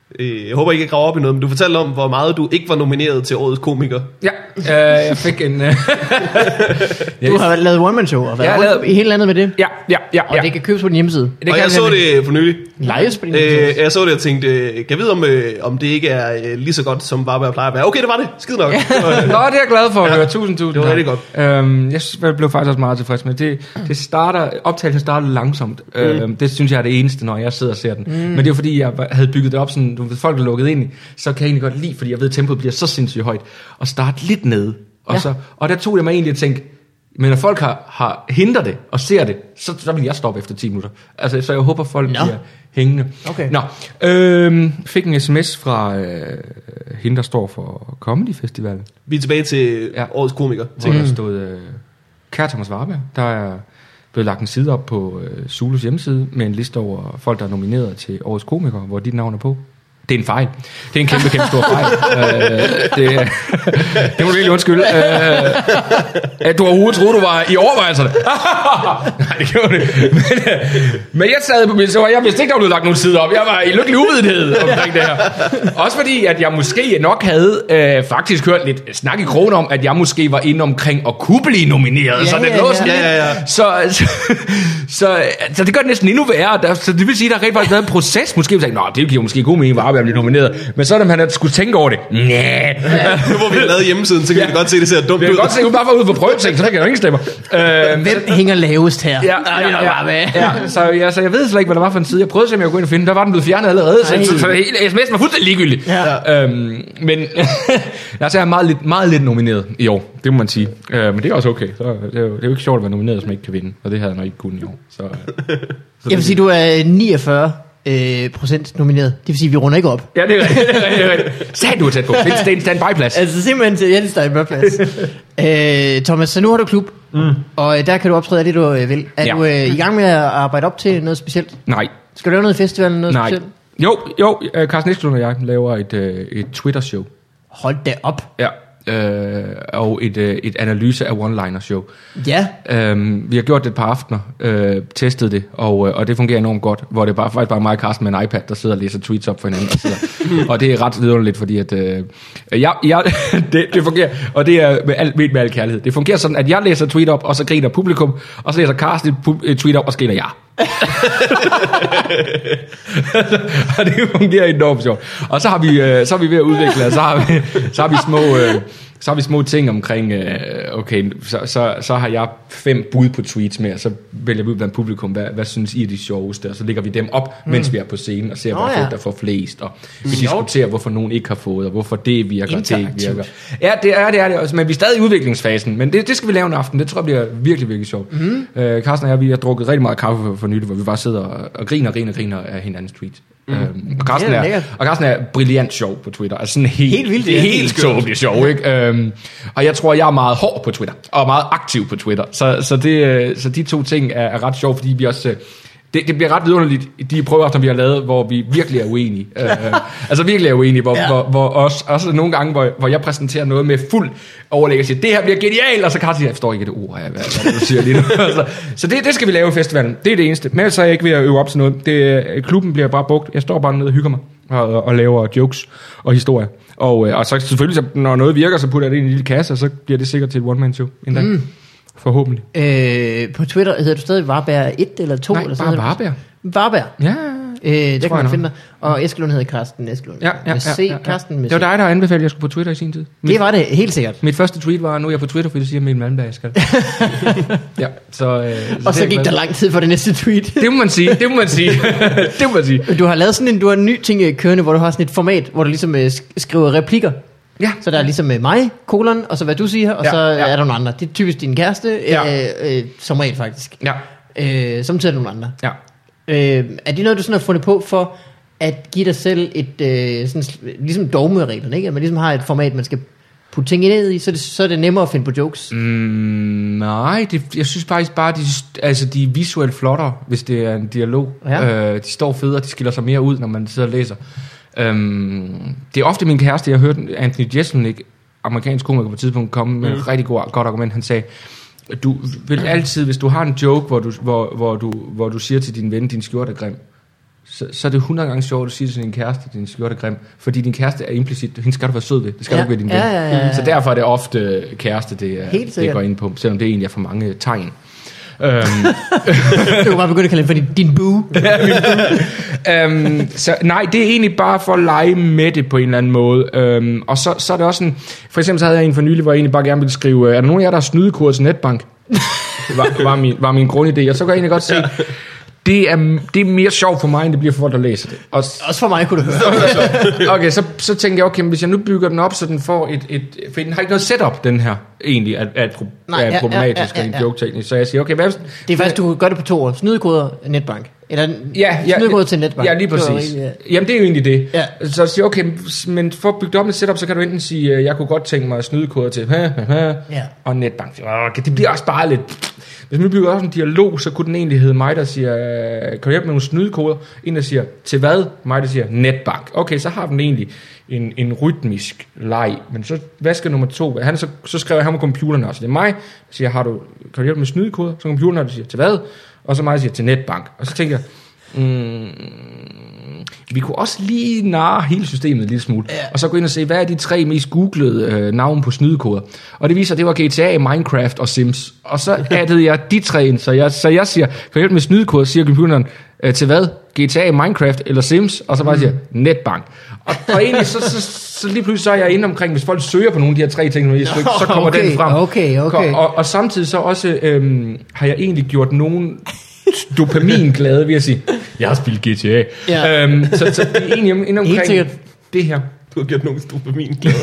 Øh, jeg håber ikke, jeg graver op i noget, men du fortalte om, hvor meget du ikke var nomineret til årets komiker. Ja, øh, jeg fik en... Øh, du har lavet one-man-show og været jeg rundt lavet... i hele landet med det. Ja, ja, ja. Og ja. det kan købes på din hjemmeside. Det og jeg så det for nylig. Lives på din hjemmeside. Øh, jeg så det og tænkte, øh, kan jeg vide, om, øh, om det ikke er øh, lige så godt, som Varberg plejer at være. Okay, det var det. Skide nok. Nå, det er jeg glad for. Ja. Tusind, tusind. Det var rigtig godt. Øhm, jeg blev faktisk også meget tilfreds med det. Det starter, optagelsen starter langsomt. Mm. Øhm, det synes jeg er det eneste, når jeg sidder og ser den. Mm. Men det er fordi, jeg havde bygget det op sådan, du ved, folk er lukket ind i, så kan jeg egentlig godt lide, fordi jeg ved, at tempoet bliver så sindssygt højt, og starte lidt nede. Og, ja. så, og der tog jeg mig egentlig at tænke, men når folk har, har hindrer det og ser det, så, så vil jeg stoppe efter ti minutter. Altså, så jeg håber, folk no. bliver hængende. Okay. Nå, øhm, fik en sms fra øh, hende, der står for Comedy Festival. Vi er tilbage til ja. årets komiker. Hvor der stod, øh, kære Thomas Warberg, der er blevet lagt en side op på øh, Zulus hjemmeside med en liste over folk, der er nomineret til årets komiker, hvor dit navn er på. Det er en fejl. Det er en kæmpe, kæmpe stor fejl. øh, det, det må du virkelig undskylde. Øh, at du overhovedet troede, du var i overvejelserne. Nej, det gjorde det. Men, men jeg sad på min så jeg vidste ikke, der blev lagt nogen sider op. Jeg var i lykkelig uvidenhed omkring det her. Også fordi, at jeg måske nok havde øh, faktisk hørt lidt snak i krogen om, at jeg måske var inde omkring at kunne blive nomineret. Ja, så det lå sådan ja, ja, ja. Så, så, så, så det gør det næsten endnu værre. Der, så det vil sige, at der rent faktisk været en proces. Måske ville jeg sige, det giver måske god mening, at blive nomineret. Men så da man skulle tænke over det, næh. Ja, nu hvor vi har lavet hjemmesiden, så kan ja. vi godt se, at det ser dumt ud. Vi kan godt se, at bare var ude på prøvetæng, så der kan jo ingen stemmer. Øh, Hvem så, hænger lavest her? Ja, ja, ja, ja, ja. Så, ja, så jeg ved slet ikke, hvad der var for en side. Jeg prøvede at jeg kunne gå ind og finde. Der var den blevet fjernet allerede, så, så, så hele sms'en var fuldstændig ligegyldig. Ja. Øhm, men altså, jeg er meget lidt, meget lidt nomineret i år, det må man sige. Øh, men det er også okay. Så, det, er jo, det er jo ikke sjovt at være nomineret, som ikke kan vinde. Og det havde jeg nok ikke kunnet i år. Så, så jeg vil sige, du er niogfyrre Øh, procent nomineret. Det vil sige, at vi runder ikke op. Ja, det er rigtigt. Sagde du er tæt på. Det er en standby-plads. Altså simpelthen til, ja, det er standby-plads. øh, Thomas, så nu har du klub, mm. og der kan du optræde af det, du øh, vil. Er ja. du øh, i gang med at arbejde op til noget specielt? Nej. Skal du lave noget i festivalen, noget Nej. specielt? Jo, jo. Carsten Eskelund og jeg laver et, øh, et Twitter-show. Hold da op. Ja. Øh, og et, øh, et analyse af one-liner show. Ja. Øhm, vi har gjort det et par aftener, øh, testet det, og, øh, og det fungerer enormt godt, hvor det er bare, faktisk bare mig og Carsten med en iPad, der sidder og læser tweets op for hinanden. Og, sidder. Og det er ret vidunderligt, fordi at, øh, jeg, jeg, det, det fungerer, og det er med al, med, med al kærlighed. Det fungerer sådan, at jeg læser tweet op, og så griner publikum, og så læser Carsten et, pu- et tweet op, og så griner jeg. Og det fungerer enormt sjovt. Og så har vi øh, så er vi ved at udvikle, og så har vi så har vi små øh, så har vi små ting omkring øh, okay, så, så så har jeg fem bud på tweets med, og så vælger vi ud blandt publikum, hvad hvad synes I er de sjoveste, og så lægger vi dem op, mm. mens vi er på scenen og ser, oh, hvad ja. der får flest, og vi mm. diskuterer, hvorfor nogen ikke har fået, og hvorfor det virker, det ikke virker. Ja, det er det er det også, men vi er stadig i udviklingsfasen, men det det skal vi lave en aften. Det tror jeg bliver virkelig virkelig sjovt. Mm. Øh, Carsten og jeg, vi har drukket rigtig meget kaffe for, for nylig, hvor vi bare sidder og, og griner og griner og griner af hinandens tweets. Mm. Øhm, og, Carsten er, og Carsten er brilliant sjov på Twitter. Altså sådan helt, helt vildt, det er helt tåbeligt sjov, ikke? Øhm, og jeg tror, jeg er meget hård på Twitter, og meget aktiv på Twitter. Så, så, det, så de to ting er, er ret sjov, fordi vi også... Det, det bliver ret vidunderligt, de prøveaftener, vi har lavet, hvor vi virkelig er uenige. øh, altså virkelig er uenige, hvor, ja. hvor, hvor også, også nogle gange, hvor, hvor jeg præsenterer noget med fuld overlæg og siger, det her bliver genialt, og så kan jeg sige, jeg forstår ikke det ord, hvad, hvad du siger lige nu. så så det, det skal vi lave i festivalen, det er det eneste. Men ellers er jeg ikke ved at øve op til noget. Det, klubben bliver bare brugt, jeg står bare nede og hygger mig, og, og laver jokes og historier. Og, og så selvfølgelig, når noget virker, så putter jeg det i en lille kasse, og så bliver det sikkert til et one-man-show en dag. Mm. Forhåbentlig. Øh, på Twitter hedder du stadig Varberg et eller to? Nej, eller bare Varberg. Varberg? Ja. Øh, der kan man finde dig. Og Eskelund hedder Carsten Eskelund. Ja, ja, med C, ja, ja. Carsten med C. Det var dig, der anbefalede, at jeg skulle på Twitter i sin tid. Mit, det var det, helt sikkert. Mit første tweet var, nu er jeg på Twitter, fordi du siger, at Mikkel Malmberg skal. ja, så, øh, så og så gik der lang tid for det næste tweet. det må man sige, det må man sige. det må man sige. Du har lavet sådan en, du har en ny ting kørende, hvor du har sådan et format, hvor du ligesom øh, skriver replikker. Ja. Så der er ligesom med mig, kolon, og så hvad du siger, og ja, så ja. er der nogle andre. Det er typisk din kæreste, ja. øh, øh, som regel faktisk. Ja. Øh, samtidig er der nogle andre. Ja. Øh, er det noget, du sådan har fundet på for at give dig selv et, øh, sådan, ligesom dogmereglerne, ikke? At man ligesom har et format, man skal putte ting ned i, så er det, så er det nemmere at finde på jokes? Mm, nej, det, jeg synes faktisk bare, de, altså, de er visuelt flottere, hvis det er en dialog. Ja. Øh, de står federe, de skiller sig mere ud, når man sidder og læser. Um, det er ofte min kæreste, jeg har hørt Anthony Jeselnik, amerikansk komiker på et tidspunkt, komme med mm. et rigtig god, godt argument. Han sagde, du vil altid, hvis du har en joke, hvor du, hvor, hvor du, hvor du siger til din ven, din skjorte er grim, så, så er det hundrede gange sjovt at sige til din kæreste, at din skjorte er grim, fordi din kæreste er implicit, hende skal du være sød ved, det skal ja. du ikke være din ven. Ja, ja, ja, ja. Så derfor er det ofte kæreste, det, det går ind på, selvom det egentlig er for mange tegn. Um, du kan bare begynde at kalde det for din, din boo. um, så nej, det er egentlig bare for at lege med det på en eller anden måde. Um, og så, så er det også en, for eksempel så havde jeg en for nylig, hvor jeg egentlig bare gerne ville skrive, er der nogen af jer, der har snydekode til netbank? var, var, min, var min grundidé. Og så kan jeg egentlig godt se, det er, det er mere sjovt for mig, end det bliver for folk, der læser det. Og, også for mig, kunne du høre. Okay, så, så tænkte jeg, okay, hvis jeg nu bygger den op, så den får et, et for den har ikke noget setup, den her, egentlig, er, er, pro, Nej, er ja, problematisk, ja, ja, ja, ja. joke-teknisk. Så jeg siger, okay, hvad det er faktisk, du kan gøre det på to år. Snydekoder netbank. Eller ja, ja, snydekoder til netbank. Ja, lige præcis. Det rigtig, ja. Jamen, det er jo egentlig det. Ja. Så jeg siger, okay, men for at bygge op et setup, så kan du enten sige, jeg kunne godt tænke mig at snydekoder til, ha, ha, ha, ja. og netbank. Okay, det bliver også bare lidt... Hvis man bygger også en dialog, så kunne den egentlig hedde mig, der siger, kan du hjælpe med nogle snydekoder? En, der siger, til hvad? Mig, der siger, netbank. Okay, så har den egentlig en, en rytmisk leg. Men så, hvad skal nummer to? Han, så, så skriver jeg ham med computeren også. Det er mig, der siger, har du, kan du hjælpe med snydekoder? Så computeren, der siger, til hvad? Og så mig, der siger, til netbank. Og så tænker jeg, mm, vi kunne også lige narre hele systemet en lille smule, ja. og så gå ind og se, hvad er de tre mest googlede øh, navne på snydekoder. Og det viser, at det var G T A, Minecraft og Sims. Og så addede jeg de tre ind, så jeg, så jeg siger, kan du hjælpe med snydekoder, siger computeren, øh, til hvad? G T A, Minecraft eller Sims? Og så bare siger, netbank. Og, og egentlig, så, så, så lige pludselig så er jeg inde omkring, hvis folk søger på nogle af de her tre ting, så, så kommer okay, den frem. Okay, okay. Og, og, og samtidig så også, øhm, har jeg egentlig gjort nogen... dopamin-glade, vil jeg sige. Jeg har spillet G T A. Ja. Øhm, så, så det er egentlig inde omkring det her. Du har gjort nogen dopamin-glade.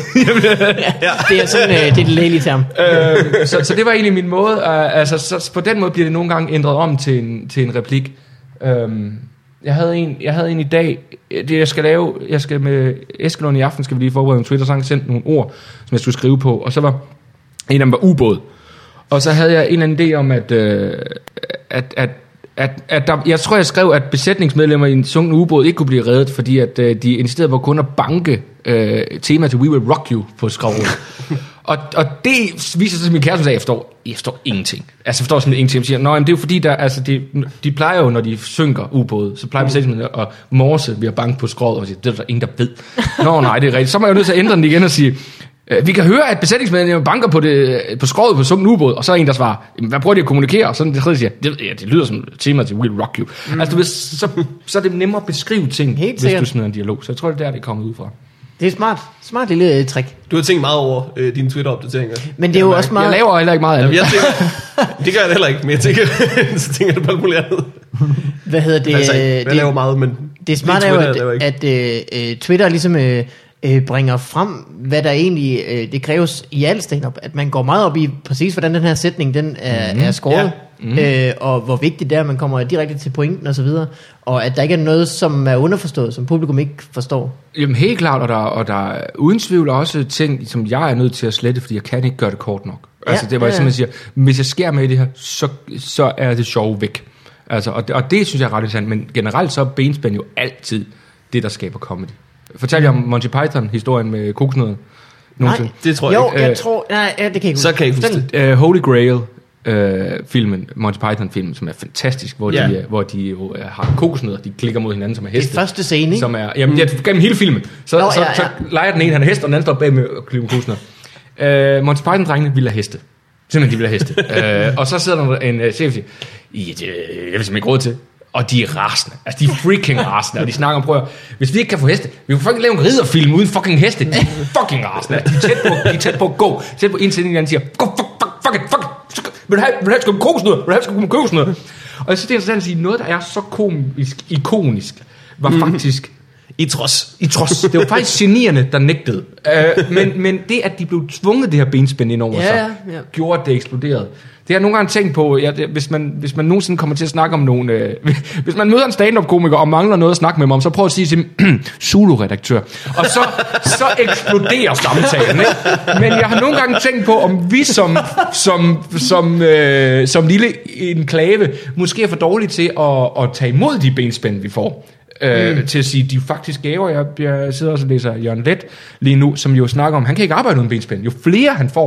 ja, det er sådan, øh, det er det lægelige term. øhm, så, så det var egentlig min måde. Uh, altså, så på den måde bliver det nogle gange ændret om til en, til en replik. Um, jeg, havde en, jeg havde en i dag, det jeg skal lave, jeg skal med Eskelund i aften, skal vi lige forberede en Twitter, så han sendt nogle ord, som jeg skulle skrive på, og så var en af dem var ubåd. Og så havde jeg en eller anden idé om, at, øh, at, at At, at der, jeg tror, jeg skrev, at besætningsmedlemmer i en sunken ubåd ikke kunne blive reddet, fordi at øh, de insisterede på kun at banke øh, tema til We Will Rock You på skrovet. og, og det viser sig, at min kæreste sagde, jeg forstår, jeg forstår ingenting. Altså, jeg forstår simpelthen ingenting. Jeg siger, nå, jamen, det er jo fordi, der, altså, de, de plejer jo, når de synker ubåd, så plejer besætningsmedlemmer at morse ved at banke på skrovet, og sige, det er der ingen, der ved. Nå, nej, det er rigtigt. Så må jeg jo nødt til at ændre den igen og sige, vi kan høre, at besætningsmedlemmer banker på, det, på skroget på sunken ubåd, og så er en, der svarer, hvad prøver de at kommunikere? Og så det tredje siger, det, ja, det lyder som tema til Will Rock You. Mm. Altså, hvis, så, så er det nemmere at beskrive ting, helt hvis sikkert. Du smider en dialog. Så jeg tror, det er der, det er kommet ud fra. Det er smart. Smart lille uh, trick. Du har tænkt meget over uh, dine Twitter-opdateringer. Men det er jo jeg, også meget... Jeg laver heller ikke meget af det. Jamen, jeg tænker, det gør jeg heller ikke, men jeg tænker, så tænker jeg det på alt muligt andet. Hvad hedder det? Altså, jeg det, laver meget, men... Det er smart er jo, at, at, at uh, Twitter ligesom... Uh, Øh, bringer frem, hvad der egentlig øh, det kræves i alt stand-up, at man går meget op i præcis, hvordan den her sætning den er, mm-hmm. er skåret, ja. mm-hmm. øh, og hvor vigtigt det er, at man kommer direkte til pointen og så videre, og at der ikke er noget, som er underforstået, som publikum ikke forstår. Jamen helt klart, og der, og der er uden tvivl også ting, som jeg er nødt til at slette, fordi jeg kan ikke gøre det kort nok. Ja, altså det var ja, ja. Simpelthen siger, hvis jeg skærer med i det her, så, så er det sjov væk. Altså, og, det, og det synes jeg er ret interessant, men generelt så er benspænd jo altid det, der skaber comedy. Fortalte jeg om Monty Python-historien med kokosnødder? Nej, det tror jeg jo, ikke. Jo, jeg tror... Nej, det kan jeg ikke Så kan jeg ikke huske det. Uh, Holy Grail-filmen, uh, Monty Python-filmen, som er fantastisk, hvor yeah. de, uh, hvor de uh, har kokosnødder, de klikker mod hinanden, som er heste. Det første scene, ikke? Som er, jamen, det er gennem hele filmen. Så, Nå, så, ja, ja. så leger den ene, han er hest, og den anden står bag med at klikke kokosnødder. Uh, Monty Python-drengene vil have heste. Simpelthen, de vil have heste. uh, og så sidder der en uh, chef og siger, jeg vil simpelthen ikke råd til. Og de er rasende. Altså, de er freaking rasende. Og de snakker om, prøv hvis vi ikke kan få heste, vi kan fucking lave en ridderfilm uden fucking heste. De er fucking rasende. De er tæt på, de er tæt på at gå. Tæt på indtil en siger, go, fuck, fuck, fuck it, fuck it. Vil du have, vil du have, skal du kokosnødder? Vil du have, skal du kokosnødder? Og jeg synes, det er interessant at sige, noget, der er så komisk, ikonisk, var mm. faktisk... I trods. I trods. Det var faktisk genierne, der nægtede. Uh, men, men det, at de blev tvunget det her benspænd ind over ja, sig, ja. gjorde, at det eksploderede. Det har jeg nogle gange tænkt på, ja, det, hvis, man, hvis man nogensinde kommer til at snakke om nogen... Øh, hvis man møder en stand-up-komiker og mangler noget at snakke med mig om, så prøv at sige til Zulu-redaktør. Og så, så eksploderer samtalen. Ikke? Men jeg har nogle gange tænkt på, om vi som, som, som, øh, som lille enklave måske er for dårlige til at, at tage imod de benspænd, vi får. Øh, mm. Til at sige, de faktisk gaver. Jeg, jeg sidder også og læser Jørgen Leth lige nu, som jo snakker om, han kan ikke arbejde uden benspænd. Jo flere han får,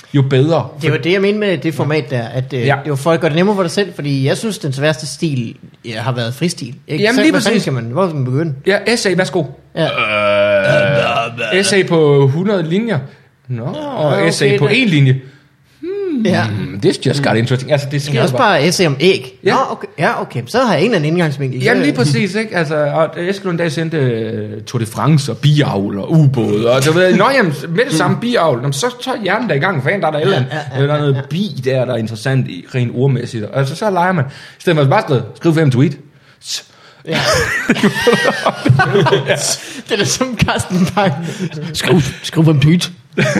jo bedre. Det var det, jeg mente med det format der, at øh, Ja. det var for at gøre det nemmere for dig selv, fordi jeg synes, den sværeste stil ja, har været fristil. Ikke? Jamen, Så, lige hvad fanden præcis. skal man, hvor skal man begynde? Ja, essay, værsgo. Ja. Uh, essay på hundrede linjer. Nå, og okay, essay på da. en linje. Ja. Mm, this just got interesting. Altså, det Jeg sker kan også bare. bare essay om æg. Ja. Nå, okay. Ja, okay. Så har jeg en eller anden indgangsvinkel. Jamen Så- lige præcis, ikke? Altså, og Eskelund en dag sendte uh, Tour de France og biavl og ubåd, og du ved, nå jamen, med det samme biavl, jamen, så tager hjernen der i gang, fan, der er der et eller andet, Ja, ja, ja, der er noget bi der, der er interessant i rent ordmæssigt, og altså, så leger man, i stedet for at bare skrive, skriv fem tweet. Ja. Det er som Carsten Bang. Skriv, skriv på en tweet.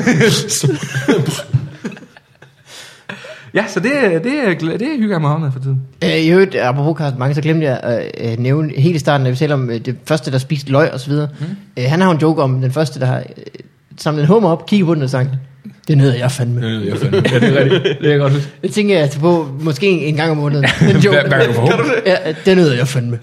Ja, så det, det, det, det hygger jeg mig med for tiden. Øh, I øvrigt, apropos Carsten Bang, så glemte jeg at øh, nævne helt i starten, da vi talte om øh, det første, der spiste løg og så videre. Mm. Øh, han har jo en joke om den første, der har øh, samlet en hummer op, kigget på den og sagt, det nød jeg fandme. Det jeg fandme. Ja, det er rigtigt. Det er godt. Det tænker jeg på måske en gang om måneden. Den joke. Hver, hver gang du får hummer. Ja, det nød jeg fandme.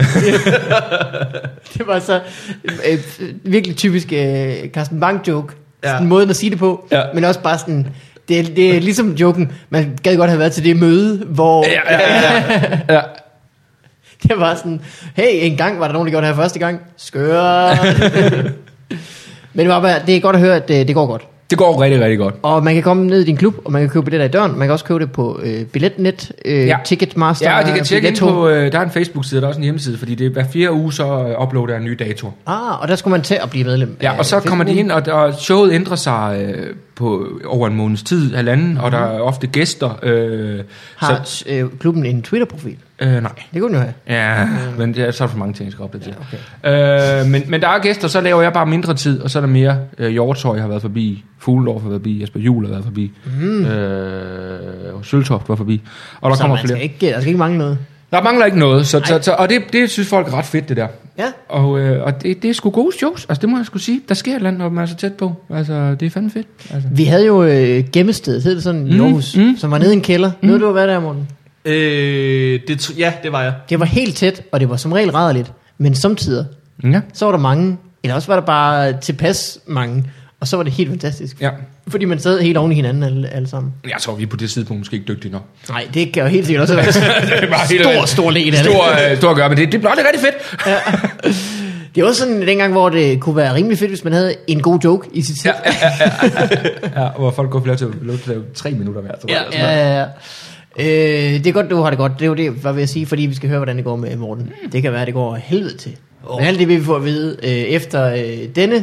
Det var så øh, virkelig typisk øh, Carsten Bang joke. Ja. Sådan en måde at sige det på, Ja. men også bare sådan, det, er- det er ligesom joken, man gad godt have været til det møde, hvor Ja, ja, ja, ja. ja. det var sådan, hey, en gang var der nogen, der gjorde det her første gang. Skør. Men det var bare, det er godt at høre, at det, det går godt. Det går rigtig, rigtig godt. Og man kan komme ned i din klub, og man kan købe billetter i døren. Man kan også købe det på øh, Billetnet, øh, Ja. Ticketmaster. Ja, og de kan tjekke ind Billetto. på, øh, der er en Facebook-side, der er også en hjemmeside, fordi det er hver fire uge, så øh, uploader jeg en ny dato. Ah, og der skulle man til at blive medlem. Ja, af og så kommer de Facebook. ind, og, og showet ændrer sig øh, på over en måneds tid, halvanden, mm-hmm. og der er ofte gæster. Øh, Har så, øh, klubben en Twitter-profil? øh, nej. Det kunne den jo have. Ja, men det er så er der for mange ting, jeg skal opdatere. Ja, okay. øh, men, men der er gæster, så laver jeg bare mindre tid, og så er der mere. Øh, Hjortøj har været forbi, Fugledorf har været forbi, Jesper Juhl har været forbi, mm. øh, Søltoft var forbi, og der Så kommer man flere. skal ikke, der skal ikke mangle noget. Der mangler ikke noget, så, så, så, og det, det synes folk er ret fedt, det der. Ja. Og, øh, og det, det er sgu gode shows, altså det må jeg sgu sige. Der sker et eller andet, når man er så tæt på. Altså, det er fandme fedt. Altså. Vi havde jo øh, gemmestedet, hed det sådan i Mm, Aarhus, mm. som var nede i en kælder. Mm. Nåede du at være der, Morten? Øh, det, tr- ja, det var jeg. Det var helt tæt, og det var som regel rædderligt. Men samtidig, Ja. så var der mange, eller også var der bare tilpas mange, og så var det helt fantastisk. Ja. Fordi man sad helt oven i hinanden alle, alle sammen. Jeg tror, vi er på det tidspunkt måske ikke dygtige nok. Nej, det kan jo helt sikkert også være Det var helt stor, stor len af det. Stor, øh, stor at gøre, men det, det blev det rigtig fedt. Det var sådan dengang, hvor det kunne være rimelig fedt, hvis man havde en god joke i sit sæt. Ja, ja, ja, ja, ja, hvor folk går for lov til, lov til at lave tre minutter hver. tror Ja, jeg, eller ja, sådan noget. ja, ja. Øh, det er godt, du har det godt. Det er jo det, jeg var ved at sige, fordi vi skal høre, hvordan det går med Morten. Det kan være, at det går af helvede til. Oh. Men alt det vil vi få at vide øh, efter øh, denne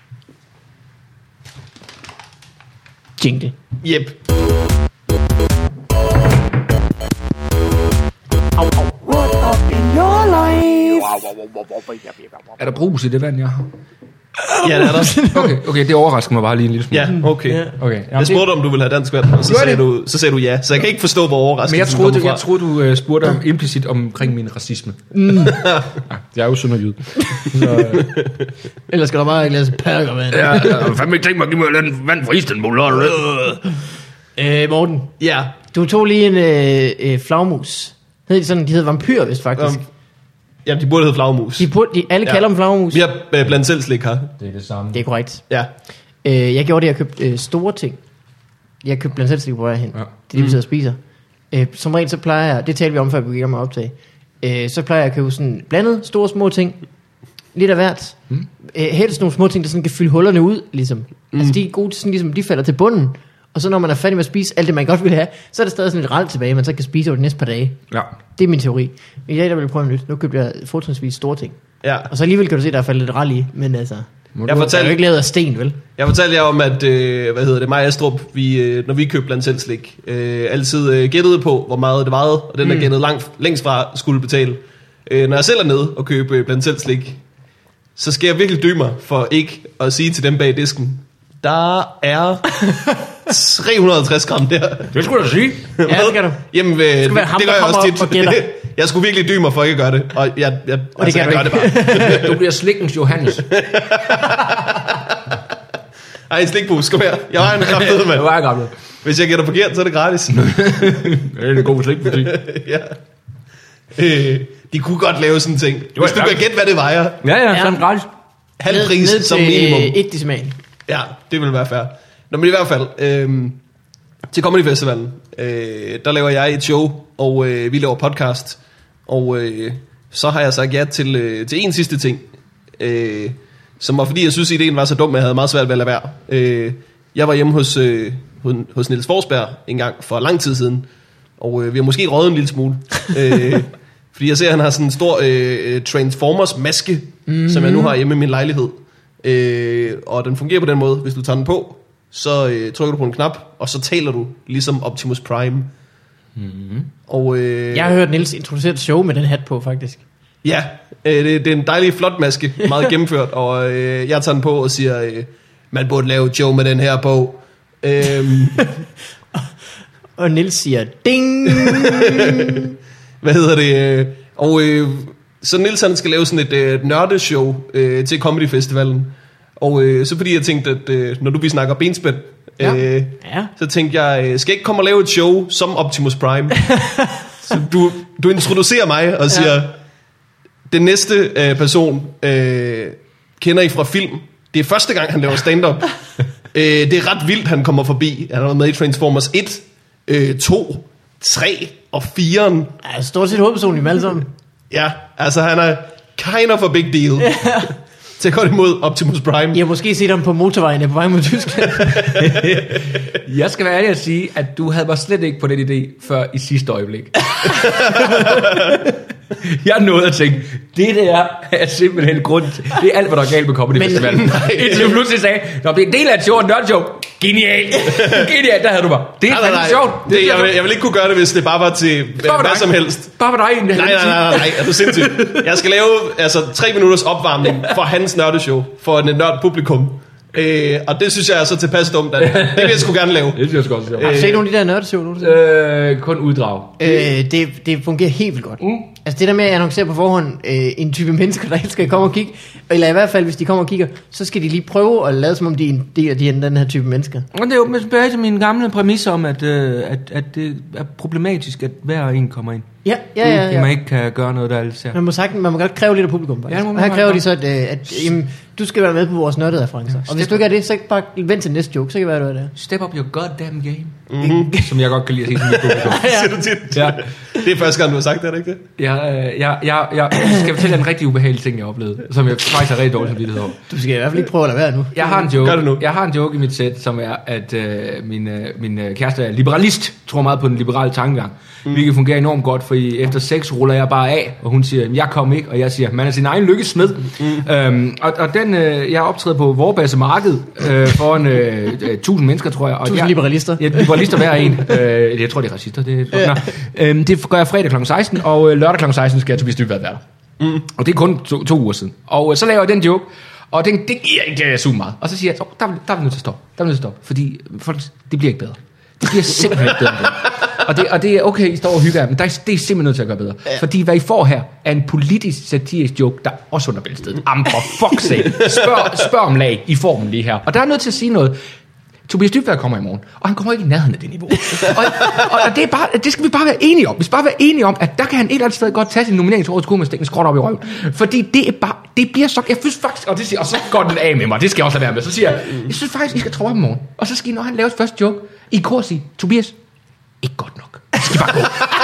jingle. Yep. What up in your life? Er der brus i det vand, jeg har? Ja, det er der. Okay, okay, det overrasker mig bare lige en lille smule. Ja, okay. Ja. Okay, jamen, Jeg spurgte, om du ville have dansk vand, og så Gjorde sagde, det? du, så sagde du ja. Så jeg kan ikke forstå, hvor overrasket men jeg troede, du, jeg troede, du uh, spurgte om, implicit omkring min racisme. Mm. ja, jeg er jo sønderjyd. Så, uh, Ellers skal der bare ikke læse perker, mand. ja, jeg har fandme ikke tænkt mig at give mig lidt vand fra Istanbul. Øh, Morten, Ja. du tog lige en øh, øh, flagmus. Hed de sådan, de hedder vampyr, vist faktisk. Um, ja, de burde hedde flagmus. De, burde, de alle Ja. kalder dem flagmus. Vi har øh, blandt selv slik her. det er det samme. Det er korrekt. Ja. Øh, jeg gjorde det, jeg købte øh, store ting. Jeg købte blandt selv på vej hen. Ja. Det er det, vi sidder og spiser. Øh, som regel så plejer jeg, det talte vi om, før vi gik om at optage. Øh, så plejer jeg at købe sådan blandet store små ting. Lidt af hvert. Mm. Øh, helst nogle små ting, der sådan kan fylde hullerne ud, ligesom. Mm. Altså de er gode til sådan, ligesom, de falder til bunden. Og så når man er færdig med at spise alt det, man godt vil have, så er der stadig sådan lidt ralt tilbage, man så kan spise over de næste par dage. Ja. Det er min teori. I dag der vil jeg prøve noget nyt. Nu købte jeg fortrinsvis store ting. Ja. Og så alligevel kan du se, der er faldet lidt ral i. Men altså, Jeg det er jo fortalte, ikke lavet af sten, vel? jeg fortalte jer om, at øh, hvad hedder det, mig og Astrup, vi, øh, når vi købte blandt selv slik, øh, altid øh, gættede på, hvor meget det varede, og den, der Mm. gættede langt, længst fra, skulle betale. Øh, når jeg selv er nede og købe øh, blandt selv slik, så skal jeg virkelig dø mig for ikke at sige til dem bag disken, der er tre hundrede og halvtreds gram der. Det skulle du sige. Ja, det skal du. Jamen, øh, det, være ham, det gør der jeg også kommer tit. op og gætter. Jeg skulle virkelig dybe mig for ikke at gøre det. Og jeg, jeg, Og det altså, kan jeg du gør ikke. det bare. Du bliver slikkens Johannes. Ej, en slikpose, kom her. Jeg har en kraftede, Det mand. var jeg gammel. Hvis jeg gætter forkert, så er det gratis. Det er en god slikbutik. Ja. Øh, de kunne godt lave sådan en ting. Hvis du ja. kan gætte, hvad det vejer. Ja, ja, Ja. sådan gratis. Halv Ned- pris ned som til, minimum. øh, et decimal. Ja, det vil være fair. Nå, men i hvert fald. Øh, til Comedy Festivalen, øh, der laver jeg et show, og øh, vi laver podcast. Og øh, så har jeg sagt ja til, øh, til en sidste ting, øh, som var fordi, jeg synes, ideen var så dum, at jeg havde meget svært ved at lade være. Øh, jeg var hjemme hos, øh, hos Niels Forsberg en gang for lang tid siden, og øh, vi har måske røget en lille smule. øh, fordi jeg ser, at han har sådan en stor øh, Transformers-maske, mm-hmm. som jeg nu har hjemme i min lejlighed. Øh, og den fungerer på den måde, hvis du tager den på, så øh, trykker du på en knap, og så taler du ligesom Optimus Prime. Mm-hmm. Og, øh, jeg har hørt Niels introducere et show med den hat på, faktisk. Ja, øh, det, det er en dejlig, flot maske, meget gennemført, og øh, jeg tager den på og siger, øh, man burde lave et show med den her på. Øhm, og Niels siger, ding! Hvad hedder det? Og øh, så Niels han skal lave sådan et øh, nørdeshow øh, til Comedy Festivalen. Og øh, så fordi jeg tænkte, at øh, når du vi snakker benspænd, ja. øh, ja. så tænkte jeg, øh, skal jeg ikke komme og lave et show som Optimus Prime? Så du, du introducerer mig og siger, ja. Den næste øh, person øh, kender I fra film. Det er første gang, han laver stand-up. øh, det er ret vildt, han kommer forbi. Han har været med i Transformers et, øh, to, tre og fire. Ja, stort set hovedpersonen i dem alle sammen. Ja, altså han er kind of a big deal. Ja. Til at gå imod Optimus Prime. I har måske set ham på motorvejen på vej mod Tyskland. Jeg skal være ærlig at sige, at du havde mig slet ikke på den idé før i sidste øjeblik. Jeg nåede at tænke, det der er simpelthen grund til, det er alt, hvad der er galt med Comedy Festivalen. Indtil du pludselig sagde, når det er en del af et show, et nørdshow, genialt, genialt, der havde du mig. Det er nej, nej, sjovt. Det, jeg, vil, jeg vil ikke kunne gøre det, hvis det bare var til bare hvad som helst. Bare for dig. Nej, nej, nej, nej, nej, er du sindssygt. Jeg skal lave altså, tre minutters opvarmning for hans nørdeshow, for en nørd publikum. Øh, og det synes jeg er så tilpas dumt, at det vil jeg sgu gerne lave. Det synes jeg sgu også sjovt. Har du set nogle af de der nørdeshow nu? Øh, kun uddrag. Øh, det, det fungerer helt vildt godt. Mm. Altså det der med at annoncere på forhånd øh, en type mennesker, der skal komme og kigge, eller i hvert fald hvis de kommer og kigger, så skal de lige prøve at lade som om de er en del af de, den her type mennesker. Og det er jo tilbage til min gamle præmis om, at, øh, at, at det er problematisk, at hver en kommer ind. Ja, ja, ja. ja. At man ikke kan gøre noget, der alle ser. Man må, sagt, man må godt kræve lidt af publikum. Ja, og her kræver de så, at, at jamen, du skal være med på vores nørdede referencer. Og hvis du ikke er det, så bare vent til næste joke, så kan det være, du er det. Step up your goddamn game. Mm-hmm. Som jeg godt kan lide at sige til mit publikum. Ja. Du tit. Ja. Det er første gang, du har sagt det, er det ikke det? Jeg, jeg, jeg, jeg skal fortælle en rigtig ubehagelig ting, jeg oplevede, som jeg faktisk har rigtig dårlig samvittighed over. Du skal i hvert fald ikke prøve at lade være nu. Jeg har en joke, nu. Jeg har en joke i mit sæt, som er, at øh, min, øh, min øh, kæreste er liberalist, tror meget på den liberale tankegang. Mm. Hvilket fungerer enormt godt, for efter sex ruller jeg bare af, og hun siger, jeg kom ikke, og jeg siger, man er sin egen lykkesmed. Mm. Øhm, og, og den, øh, jeg optræder på Vorbasse Marked øh, foran øh, tusind mennesker, tror jeg. Og tusind jeg, liberalister. Ja, liberalister hver en. Øh, jeg tror, det er racister. Det, ja. øhm, det gør jeg fredag klokken seksten, og øh, lørdag klokken seksten skal jeg Tobias Dybvad være der. Mm. Og det er kun to, to uger siden. Og øh, så laver jeg den joke, og den, det giver ikke uh, super meget. Og så siger jeg, der, der er vi nødt til at stoppe. Der er vi nødt til at stoppe, fordi folk, det bliver ikke bedre. Det bliver simpelthen ikke bedre. Og det, og det er okay, I står og hygger jer, men der er, det er simpelthen nødt til at gøre bedre. Ja. Fordi hvad I får her, er en politisk satirisk joke, der er også under bæltestedet. Am for fuck's sake. Spørg, spørg om lag, I får dem lige her. Og der er nødt til at sige noget. Tobias Dybvad kommer i morgen, og han kommer ikke i nærheden af det niveau. og, og, og det, er bare, det skal vi bare være enige om. Vi skal bare være enige om, at der kan han et eller andet sted godt tage sin nominering til årets skole med stikken skråt op i røven. Fordi det er bare, det bliver så, jeg synes faktisk, og, det siger, og så går den af med mig, det skal jeg også lade være med. Så siger jeg, jeg synes faktisk, I skal tro ham i morgen. Og så skal I, når han laver første joke, i kor sige, Tobias, ikke godt nok. Det skal bare gå.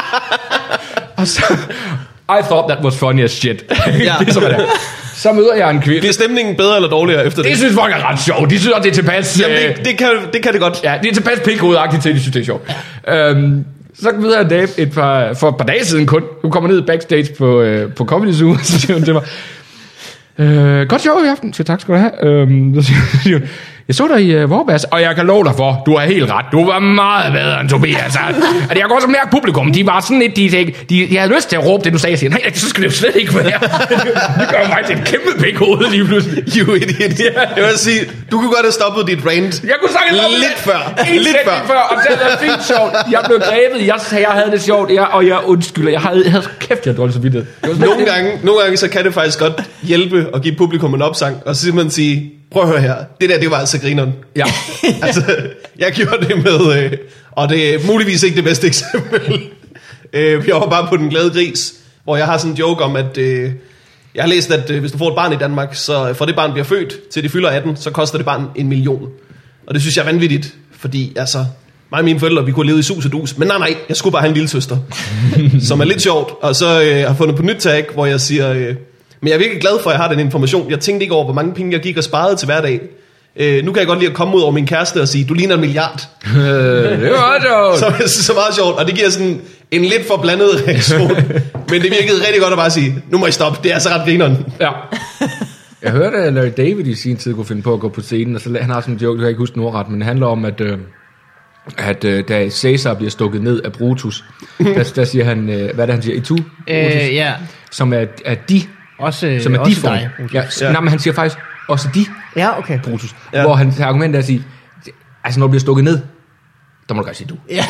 Og så, I thought that was funny as shit. Ja. Det er sådan, det er. Så møder jeg en kvinde. Bliver stemningen bedre eller dårligere efter det? Det synes folk er ret sjovt. De synes, at det er tilpas... Jamen, det, det, kan, det kan det godt. Ja, det er tilpas pikhovedagtigt til, de synes, det er sjovt. Øhm, så møder jeg en dame et par, for et par dage siden kun. Hun kommer ned backstage på, øh, på Comedy Zoo, så siger hun til mig, øh, godt show i aften. Så tak skal du have. Øhm, så siger hun, jeg så dig i uh, Vorbasse, og jeg kan love dig for, du er helt ret. Du var meget bedre end Tobias. Altså, at jeg går så mærke publikum, de var sådan lidt, de, de, de, de havde lyst til at råbe det, du sagde. Jeg siger, nej, så skal det jo slet ikke være. Det gør mig til et kæmpe pikhoved lige pludselig. You idiot. Ja. Jeg vil sige, du kunne godt have stoppet dit rant. Jeg kunne sagtens stoppe lidt før. En lidt før. før. Og det var fint sjovt. Jeg blev grebet. Jeg sagde, jeg havde det sjovt. Jeg, og jeg undskylder. Jeg havde, jeg havde kæft, jeg dårligt så vidt. Nogle gange, nogle gange så kan det faktisk godt hjælpe at give publikum en opsang, og så simpelthen sige, prøv at høre her, det der, det var altså grineren. Ja. Altså, jeg gjorde det med, øh, og det er muligvis ikke det bedste eksempel. øh, jeg var bare på Den Glade Gris, hvor jeg har sådan en joke om, at øh, jeg har læst, at øh, hvis du får et barn i Danmark, så for det barn bliver født, til det fylder atten, så koster det barn en million. Og det synes jeg er vanvittigt, fordi altså, mig og mine forældre, vi kunne leve i sus og dus. Men nej, nej, jeg skulle bare have en lille søster. Som er lidt sjovt. Og så øh, har jeg fundet på nyt tag, hvor jeg siger... Øh, men jeg er virkelig glad for, at jeg har den information. Jeg tænkte ikke over, hvor mange penge jeg gik og sparede til hverdag. Øh, nu kan jeg godt lide at komme ud over min kæreste og sige, du ligner en milliard. Øh, det var sjovt. Så jeg synes, det er meget sjovt. Og det giver sådan en lidt for blandet reaktion. Men det virkede rigtig godt at bare sige, nu må I stoppe, det er altså ret grineren. Ja. Jeg hørte, at Larry David i sin tid kunne finde på at gå på scenen, og så han har sådan en joke, du kan ikke huske den ordret, men det handler om, at, øh, at øh, da Caesar bliver stukket ned af Brutus, der, der siger han, øh, hvad er det, han siger? Et tu? Øh, ja. Som er, er de, Også, som er også de form. dig. Ja, Ja. nej, men han siger faktisk også de, Ja, okay. Brutus. Ja. Hvor hans argument er at sige, altså når du bliver stukket ned, der må du godt sige du. Ja.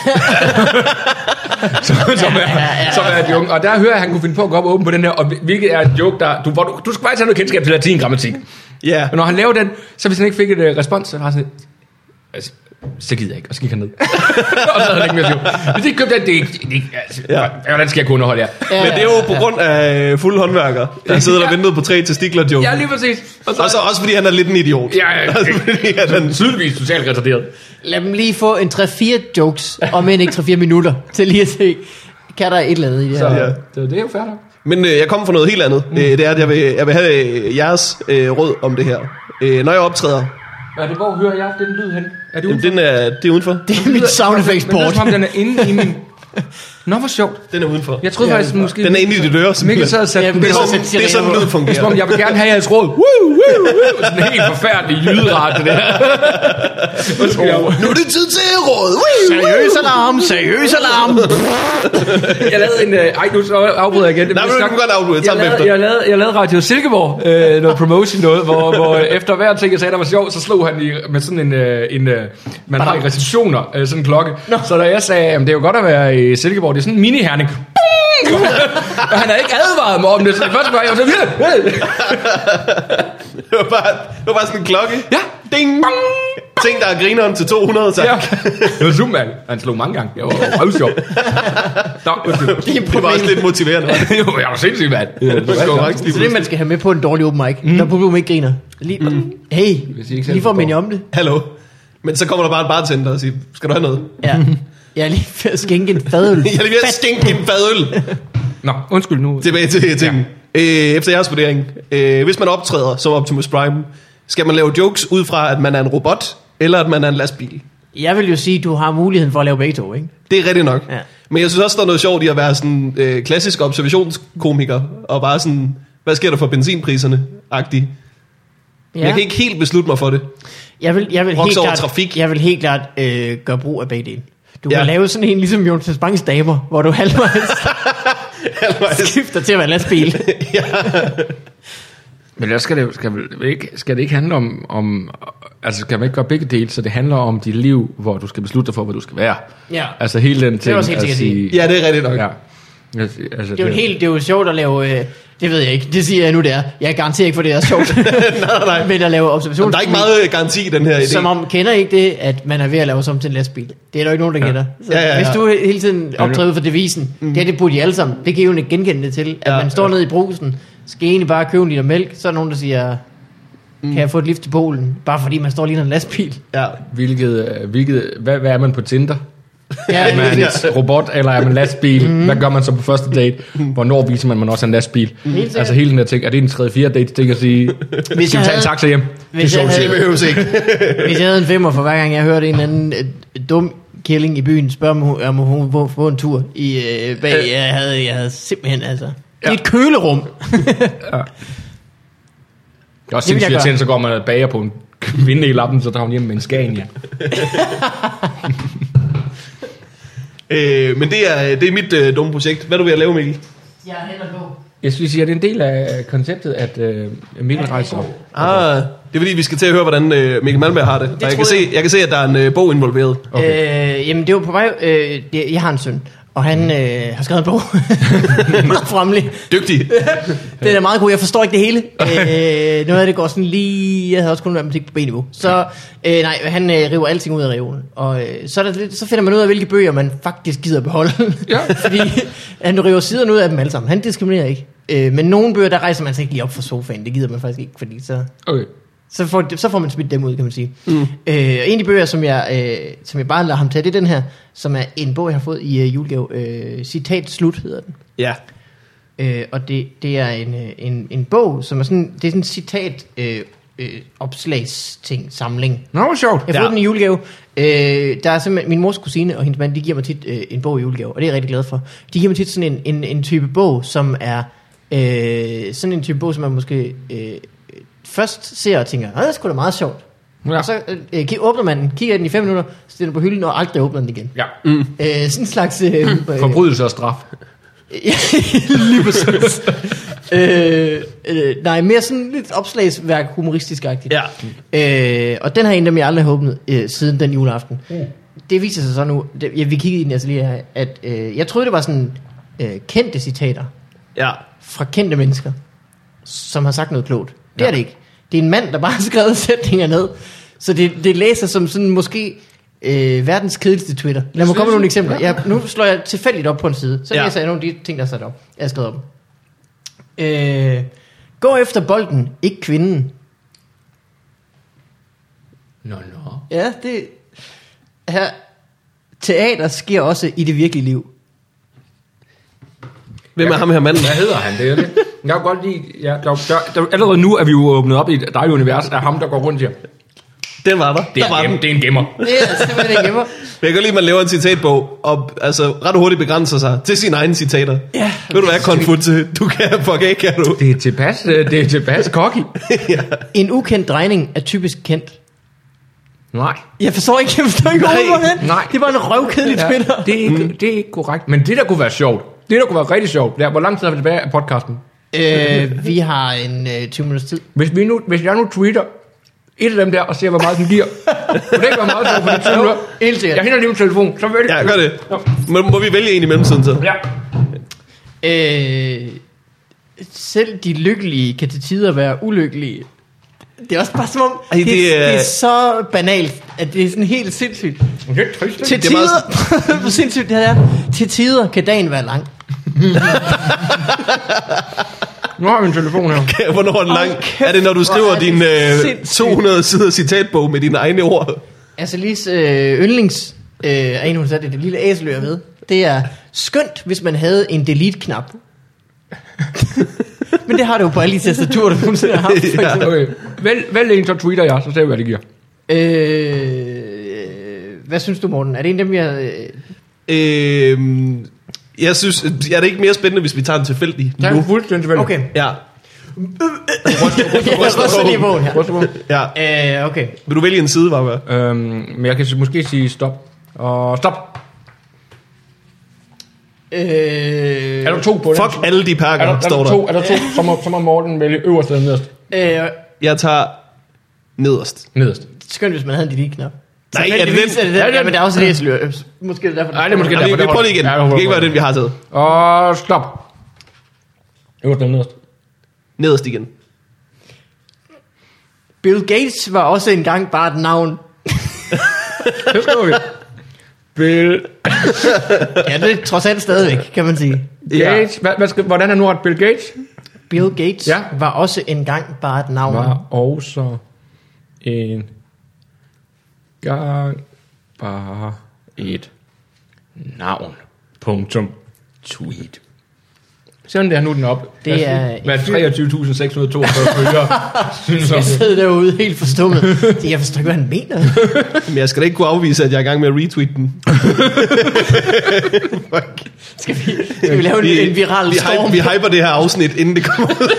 som, som, er, som er et joke. Og der hører jeg, at han kunne finde på at gå op og åbne på den her, og hvilket er et joke, der, du, hvor du, du skal faktisk have noget kendskab til latin-grammatik. Ja. Og når han laver den, så hvis han ikke fik et uh, respons, så var han sådan, altså, så gider jeg ikke, og så gik han ned. Og så havde han ikke mere sjov. Hvis ikke købte den, det er ikke, det er ikke altså, Ja. hvordan skal jeg kunne underholde jer? Men det er jo på grund af fulde håndværker, der sidder der og venter på tre testikler joke. Ja, lige præcis. Og så, Og så også fordi han er lidt en idiot. ja, ja, Altså, fordi at han... tydeligvis totalt retarderet. Lad dem lige få en tre fire jokes, om end ikke tre fire minutter, til lige at se, kan der et eller andet i det Så her. Ja. det, det er jo fair nok. Men øh, jeg kommer fra noget helt andet. Mm. Øh, det er, at jeg vil, jeg vil have øh, jeres øh, råd om det her. Øh, når jeg optræder, Er det, hvor hører jeg den lyd hen? Er det jamen, den er, det er udenfor. Det er mit sound effects Men det er board. som om, den er inde i min... Nå, hvor sjovt. Den er udenfor. Jeg troede Ja, faktisk måske... Den er inde i dit øre, Mikkel sad og satte Ja, den men Det på. er sådan, det er sådan, lyd Det er som om, fungerer. jeg vil gerne have jeres råd. Woo, woo, woo. Sådan en helt forfærdelig lydret, det der. Undskyld, jeg, Nu er det tid til råd. Seriøs alarm, seriøs alarm. jeg lavede en... Øh, ej, nu så afbryder jeg igen. Det Nej, bliver men du snak- kan godt afbryde. Jeg jeg, tager den lavede, efter. jeg, lavede, jeg lavede Radio Silkeborg, øh, noget promotion noget, hvor, hvor efter hver ting, jeg sagde, der var sjovt, så slog han i, med sådan en... Øh, en øh, man har i receptioner, øh, sådan en klokke. No. Så da jeg sagde, at det er jo godt at være i Silkeborg, det er sådan en mini-herning. Og han havde ikke advaret mig om det, så det første gang, jeg var sådan... Det var bare, det var bare sådan en klokke. Ja. Ding. Ting, der er grineren til to hundrede, tak. Ja. Det var Superman. Han slog mange gange. Jeg var røvsjov. Nå, undskyld. Det var også lidt motiverende. var det? Jo, jeg var sindssygt, mand. Det skal jo faktisk lige Så det man skal have med på en dårlig open mic, mm. når publikum ikke griner. Lige, mm. Hey, sige ikke selv lige for at for. minde om det. Hallo. Men så kommer der bare en bartender og siger, skal du have noget? Ja. Jeg er lige ved at skænke en fadøl. Jeg er lige ved at stinke en fadøl. Nå, undskyld nu. Tilbage til tingen. Ja. Øh, efter jeres vurdering. Øh, hvis man optræder som Optimus Prime, skal man lave jokes ud fra, at man er en robot, eller at man er en lastbil? Jeg vil jo sige, at du har muligheden for at lave begge to, ikke? Det er rigtigt nok. Ja. Men jeg synes også, der er noget sjovt i at være sådan øh, klassisk observationskomiker, og bare sådan, hvad sker der for benzinpriserne-agtig. Ja. Jeg kan ikke helt beslutte mig for det. Jeg vil, jeg vil Vokse helt over klart, trafik. Jeg vil helt klart øh, gøre brug af begge dele. Du Ja. kan lave sådan en ligesom Jonas Bangs damer, hvor du halvvejs skifter til at være lastbil. Ja. Men der skal det, skal, vel ikke, skal det ikke handle om, om... Altså, skal man ikke gøre begge dele, så det handler om dit liv, hvor du skal beslutte dig for, hvad du skal være. Ja. Altså hele den ting. også helt at sikkert sige- Ja, det er rigtigt nok. Ja. Altså, altså, Det er jo, helt, det er jo sjovt at lave... Øh, det ved jeg ikke. Det siger jeg nu, det er. Jeg garanterer ikke, for det er sjovt. nej, nej, nej. Men at lave observation. Der er ikke meget garanti i den her idé. Som om, kender ikke det, at man er ved at lave som til en lastbil? Det er der jo ikke nogen, der Ja. kender. Så Ja, ja, ja. hvis du hele tiden optræder ud for devisen, mm. det er det burde de alle sammen. Det kan I jo ikke genkende det til. At Ja, man står ja. nede i brusen, skal egentlig bare købe en liter mælk, så er der nogen, der siger, kan jeg få et lift til Polen? Bare fordi man står lige i en lastbil. Ja. Hvilket, øh, hvilket, hvad, hvad er man på Tinder? Ja, Er man en robot, eller er man en lastbil? Mm. Hvad gør man så på første date? Hvornår viser man, at man også er en lastbil? Mm. sikkert. Altså hele den her ting. Er det en tredje fjerde date ting at sige, Hvis skal jeg vi tage en havde- taxa hjem? Hvis jeg, Det havde, behøves ikke. hvis jeg havde en femmer for hver gang, jeg hørte en eller anden øh, dum kælling i byen spørge, om hun, om hun må få en tur i, øh, bag. Jeg havde, jeg havde simpelthen, altså... Det er et kølerum. Det er også Det vil jeg sindssygt, gøre. at så går man og bager på en kvinde i lappen, så drager hun hjem med en Scania. øh, men det er, det er mit øh, dumme projekt. Hvad er du ved at lave, Mikkel? Jeg er heller på. Jeg synes, at det er en del af konceptet, at øh, Mikkel rejser op. Ah, det er fordi, vi skal til at høre, hvordan øh, Mikkel Malmberg har det. det og jeg kan, troede se, jeg. jeg kan se, at der er en øh, bog involveret. Okay. Øh, jamen, det var på vej... Øh, det, jeg har en søn, og han øh, har skrevet en bog. Meget fremmelig. Dygtig. Den er meget god. Jeg forstår ikke det hele. Øh, noget af det går sådan lige... Jeg havde også kun matematik på B-niveau. Så øh, nej, han øh, river alting ud af reolen. Og øh, så, er der, lidt- så finder man ud af, hvilke bøger man faktisk gider beholde. Ja. Fordi han river siderne ud af dem alle sammen. Han diskriminerer ikke. Øh, men nogle bøger, der rejser man sig ikke lige op fra sofaen. Det gider man faktisk ikke, fordi så... Okay. Så får, så får man smidt dem ud, kan man sige. Mm. Øh, en af de bøger, som jeg, øh, som jeg bare lader ham tage, det er den her, som er en bog, jeg har fået i uh, julegave. Øh, Citat Slut hedder den. Ja. Øh, og det, det er en, en, en bog, som er sådan, det er sådan en citat øh, øh, opslagsting, samling. Nå, hvor sjovt. Jeg har fået Ja. den i julegave. Øh, der er simpelthen, min mors kusine og hendes mand, de giver mig tit øh, en bog i julegave, og det er jeg rigtig glad for. De giver mig tit sådan en, en, en type bog, som er øh, sådan en type bog, som man måske øh, først ser og tænker, det er sgu da meget sjovt. Ja. Og så øh, åbner man den, kigger den i fem minutter, stiller den på hylden og aldrig åbner den igen. Ja. Mm. Øh, sådan en slags... Øh, Forbrydelse og straf. lige præcis. øh, øh, nej, mere sådan lidt opslagsværk, humoristisk-agtigt. Ja. Øh, og den har en af dem, jeg aldrig har åbnet øh, siden den juleaften. Mm. Det viser sig så nu, det, ja, vi kiggede i den altså lige her, at øh, jeg troede, det var sådan øh, kendte citater Ja. fra kendte mennesker, som har sagt noget klogt. Det Ja. er det ikke. Det er en mand, der bare har skrevet sætninger ned. Så det, det læser som sådan måske øh, verdens kedeligste Twitter. Lad mig komme med nogle eksempler. Jeg, nu slår jeg tilfældigt op på en side. Så Ja. læser jeg nogle af de ting, der er sat op. Jeg har skrevet op. Øh, gå efter bolden, ikke kvinden. Nå, nå. Ja, det... Her, teater sker også i det virkelige liv. Hvem er ham her manden? Hvad hedder han? Det er det. Jeg kan godt lide... Ja, der, der, der, allerede nu er vi jo åbnet op i et dejligt univers af ham, der går rundt her. Den var der. Det der er, var en, den. det er en gemmer. Det er simpelthen det gemmer. Jeg kan godt lide, at man laver en citatbog, og altså, ret hurtigt begrænser sig til sine egne citater. Ja. Ved du hvad, Konfutse? Du kan fuck ikke, kan du? Det er tilpas, det er tilpas cocky. Ja. En ukendt drejning er typisk kendt. Nej. Jeg forstår ikke, jeg forstår ikke, Nej, hvorfor det. nej. Det var en røvkedelig Ja, Twitter. det, er ikke, mm. det er ikke korrekt. Men det, der kunne være sjovt, det, der kunne være rigtig sjovt, det er, hvor lang tid har vi tilbage af podcasten? øh, vi har en øh, tyve minutters tid. Hvis, vi nu, hvis jeg nu tweeter et af dem der, og ser, hvor meget den giver, kunne det ikke være meget sjovt for de tyve minutter? Helt sikkert. Jeg henter lige min telefon, så vælg. Ja, gør det. Må, må vi vælge en i mellemtiden så? Ja. Øh, selv de lykkelige kan til tider være ulykkelige. Det er også bare som om, Ej, det, det det, er- er, det er så banalt, at det er sådan helt sindssygt. Det er trist, ikke? Til Det er meget tider, hvor sindssygt det her er, til tider kan dagen være lang. Nu har vi en telefon her. Hvornår er den lang? Hold kæft, Er det, når du hvor skriver er det din øh, sindssygt. to hundrede sider citatbog med dine egne ord? Altså Lis øh, yndlings, øh, er en hun satte det lille æselør ved. Det er skønt, hvis man havde en delete-knap. Men det har du jo på alle de tastaturer, du nogensinde har haft. For Ja. eksempel. Okay. Vælg, vælg en, så tweeter jeg, så ser vi, hvad det giver. Øh, hvad synes du, Morten? Er det en af dem, jeg... Øh, Øh, jeg synes, er det ikke mere spændende, hvis vi tager en tilfældig Det er nu? jo fuldstændig vel. okay. Ja, Jeg ryster lige i bogen her. ja. Øh, okay. Vil du vælge en side, Varberg? Øhm, men jeg kan så måske sige stop. Og stop. Øh, Er der to på den? Fuck alle de Er der, pakker, er står der der. to? Er der to? Så må, så må Morten vælge øverst eller nederst. øh, Jeg tager nederst. Nederst. skønt, hvis man havde en delete-knap. Nej, er det den? Er det den? Ja, men der er også et æselør. Måske er det derfor. Nej, det er måske Ja, vi, derfor, vi det prøver det igen. Ja, Det kan ikke være den, vi har taget. Og stop. Øverst eller nederst. Nederst igen. Bill Gates var også engang bare et navn. Det skriver vi. Bill Ja, det er trods alt stadigvæk, kan man sige. Gates. Hvad, hvad skal, hvordan er nu ret Bill Gates? Bill Gates Ja. var også engang bare et navn. Var også en gang bare et navn. Punktum. Tweet. Sådan der, nu er den op. Det er- Hvad treogtyve tusind seks hundrede og toogfyrre følgere. Synes Jeg jeg. sidder derude helt forstummet. Jeg forstår ikke, hvad han mener. Men jeg skal da ikke kunne afvise, at jeg er i gang med at retweete den. Fuck. Skal vi, skal vi lave en, en viral vi, storm? hyper, vi hyper det her afsnit, inden det kommer ud.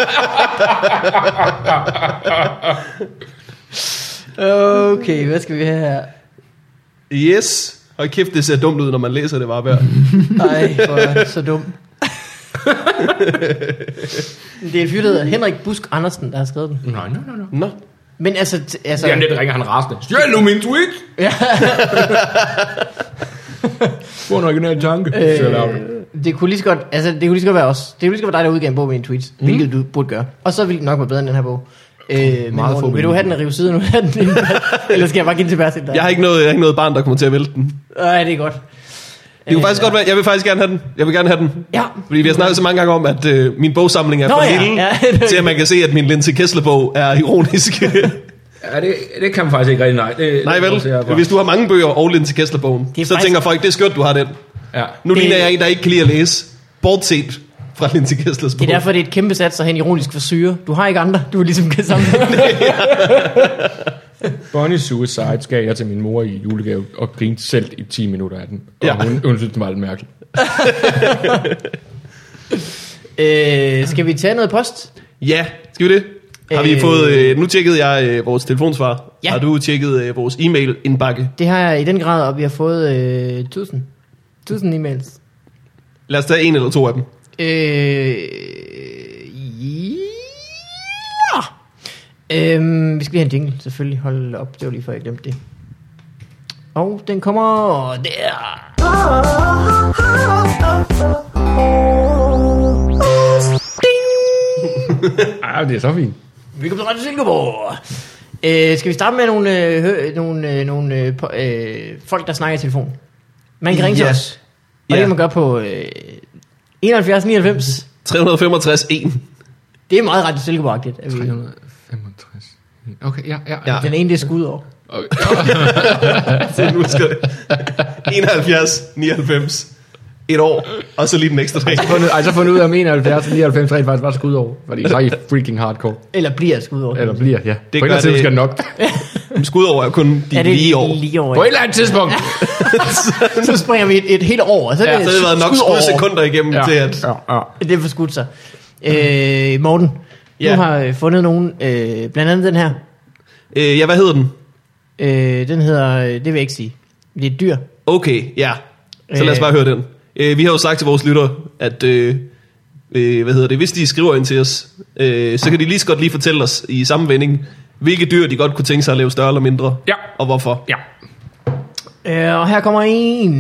Okay, hvad skal vi have her? Yes. Hold kæft, det ser dumt ud, når man læser det, Varberg. Nej, hvor så dum. Det er en fyr, der hedder Henrik Busk Andersen, der har skrevet den. Nej, nej, nej, nej. Nå. Men altså... t- altså Jamen, det ringer han rasende. Stjæl nu min tweet! ja, Få en original tanke. øh, det kunne lige så godt, altså, det kunne lige så godt være os. Det kunne lige så godt være dig, der udgav en bog med en tweet, mm. hvilket du burde gøre. Og så ville det nok være bedre end den her bog. Øh, men meget få Morten, vil du have den at rive siden, nu have den, eller skal jeg bare give den til Bertil? Jeg har ikke noget, jeg har ikke noget barn, der kommer til at vælte den. Nej, det er godt. Det kunne faktisk godt være, jeg vil faktisk gerne have den. Jeg vil gerne have den. Ja. Fordi vi har snakket så mange gange om, at øh, min bogsamling er Nå, for ja. lille, Ja. til at man kan se, at min Lindsay Kessler-bog er ironisk. Ja, det, det kan man faktisk ikke rigtig, nej. Det, Nej det, vel, hvis du har mange bøger og Lindsay Kessler-bogen, så faktisk... tænker folk, det er skørt, du har den. Ja. Nu Det- ligner jeg en, der ikke kan lide at læse, bortset fra Lindsay Kesslers bog. Det er derfor, det er et kæmpe sats at have en ironisk forsyre. Du har ikke andre, du ligesom kan samle. Bonnie Suicide gav jeg til min mor i julegave, og grinte selv i ti minutter af den. Og Ja. hun, hun synes, det var lidt mærkeligt. øh, skal vi tage noget post? Ja, skal vi det? Har vi Øh. fået, øh, nu tjekkede jeg øh, vores telefonsvar. Ja. Har du tjekket øh, vores e-mail-indbakke? Det har jeg i den grad, og vi har fået øh, tusind. Tusind e-mails. Lad os tage en eller to af dem. Øh, ja. Øhm, vi skal lige have en jingle, selvfølgelig. Hold op, det var lige før jeg glemte det. Og den kommer der. Ej, det er så fint. Vi kommer til Radio Silkeborg. Øh, skal vi starte med nogle, øh, hø, nogle, øh, nogle øh, på, øh, folk, der snakker i telefon? Man kan ringe til Ja. os. Og Ja. det kan man gøre på øh, enoghalvfjerds nioghalvfems. tre hundrede femogtres en. Det er meget Radio Silkeborg-agtigt. At vi, tre hundrede femogtres. Okay, ja, ja. Ja. ja. den ene, det er skud over. Okay. Så nu skal det. enoghalvfjerds nioghalvfems. Et år. Og så lige den ekstra tre. Ej, så fundet ud af, om enoghalvfjerds og nioghalvfems rent faktisk var skud over. Fordi så er I freaking hardcore. Eller bliver et skud over. Eller bliver, ja. Det På en gør eller anden tid det- skal det nok. Skud over er kun de Ja, det er lige år. Lige over. På et eller andet tidspunkt. Så springer vi et, et helt år, og så er Ja, det så har det været nok skud over. skudsekunder igennem Ja, til at... ja, ja. Det er for skudt sig. Øh, Morten, Ja. du har øh, fundet nogen, øh, blandt andet den her. Øh, ja, hvad hedder den? Øh, den hedder, øh, det vil jeg ikke sige. Det er et dyr. Okay, ja. Så lad os Øh. bare høre den. Øh, vi har jo sagt til vores lyttere, at øh, øh, hvad hedder det, hvis de skriver ind til os, øh, så kan de lige så godt lige fortælle os i samme vending, hvilke dyr de godt kunne tænke sig at lave større eller mindre, Ja. og hvorfor. Ja. Øh, og her kommer en.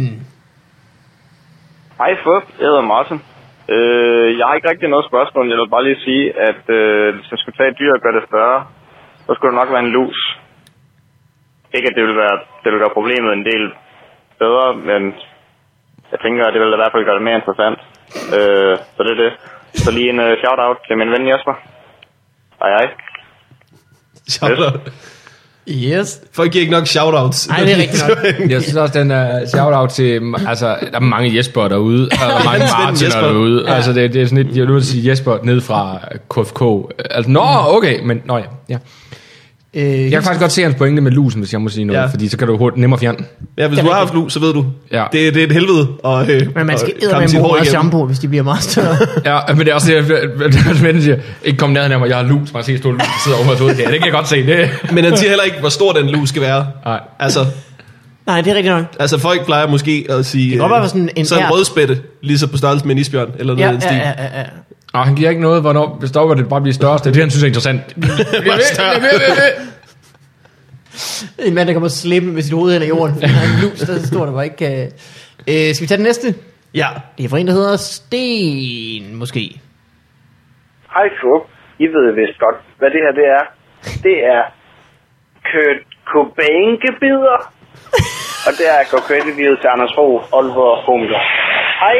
Hej Fup, jeg hedder Martin. Øh, jeg har ikke rigtig noget spørgsmål. Jeg vil bare lige sige, at øh, hvis jeg skulle tage et dyr og gøre det større, så skulle det nok være en lus. Ikke at det ville være, det ville gøre problemet en del bedre, men jeg tænker, at det ville i hvert fald gøre det mere interessant. Øh, så det er det. Så lige en uh, shout-out til min ven Jesper. Hej hej. Shout-out. Yes. Folk giver ikke nok shoutouts. Nej, det er rigtigt nok. Jeg synes også, den er shout-out til, altså, der er mange Jesper derude, og der er mange Hans ven Martiner Jesper. derude. Ja. Altså, det, det er sådan lidt, jeg vil sige Jesper ned fra K F K. Altså, nå, okay, men, nå ja. ja. Øh, Jeg kan faktisk godt se hans pointe med lusen, hvis jeg må sige noget, Ja. ja. fordi så kan du hurtigt nemmere fjerne. Ja, hvis Det du er har rigtigt. haft lus, så ved du. Ja. Det, det er et helvede. Og, øh, Men man skal og eddermame kramme sit bruge hår meget igennem. shampoo, hvis de bliver meget større. Ja, men det er også det, at Svend siger, ikke kom nærheden af mig, jeg har lus, man ser stor lus, der sidder over mig hovedet her. Det kan jeg godt se, det. Men han siger heller ikke, hvor stor den lus skal være. Nej. Altså, Nej, det er rigtigt nok. altså folk plejer måske at sige... kan godt være sådan en sådan en ær- rødspætte, lige så på størrelse med en isbjørn, eller noget Ja, af den ja, stil. ja, ja, ja. Og han giver ikke noget, hvornår, hvis der det bare bliver størst. Det er det, han synes er interessant. Bliver ved, bliver ved, bliver ved. En mand, der kommer slippe med sit hoved hen i jorden. Han har en lus, der er så stor, der bare ikke kan... Øh, skal vi tage den næste? Ja. Det er fra en, der hedder Sten, måske. Hej Fup, I ved vist godt, hvad det her det er. Det er Kurt Cobain-gebider. Og det er går credit til Anders Fogh, Aalborg komiker. Hej.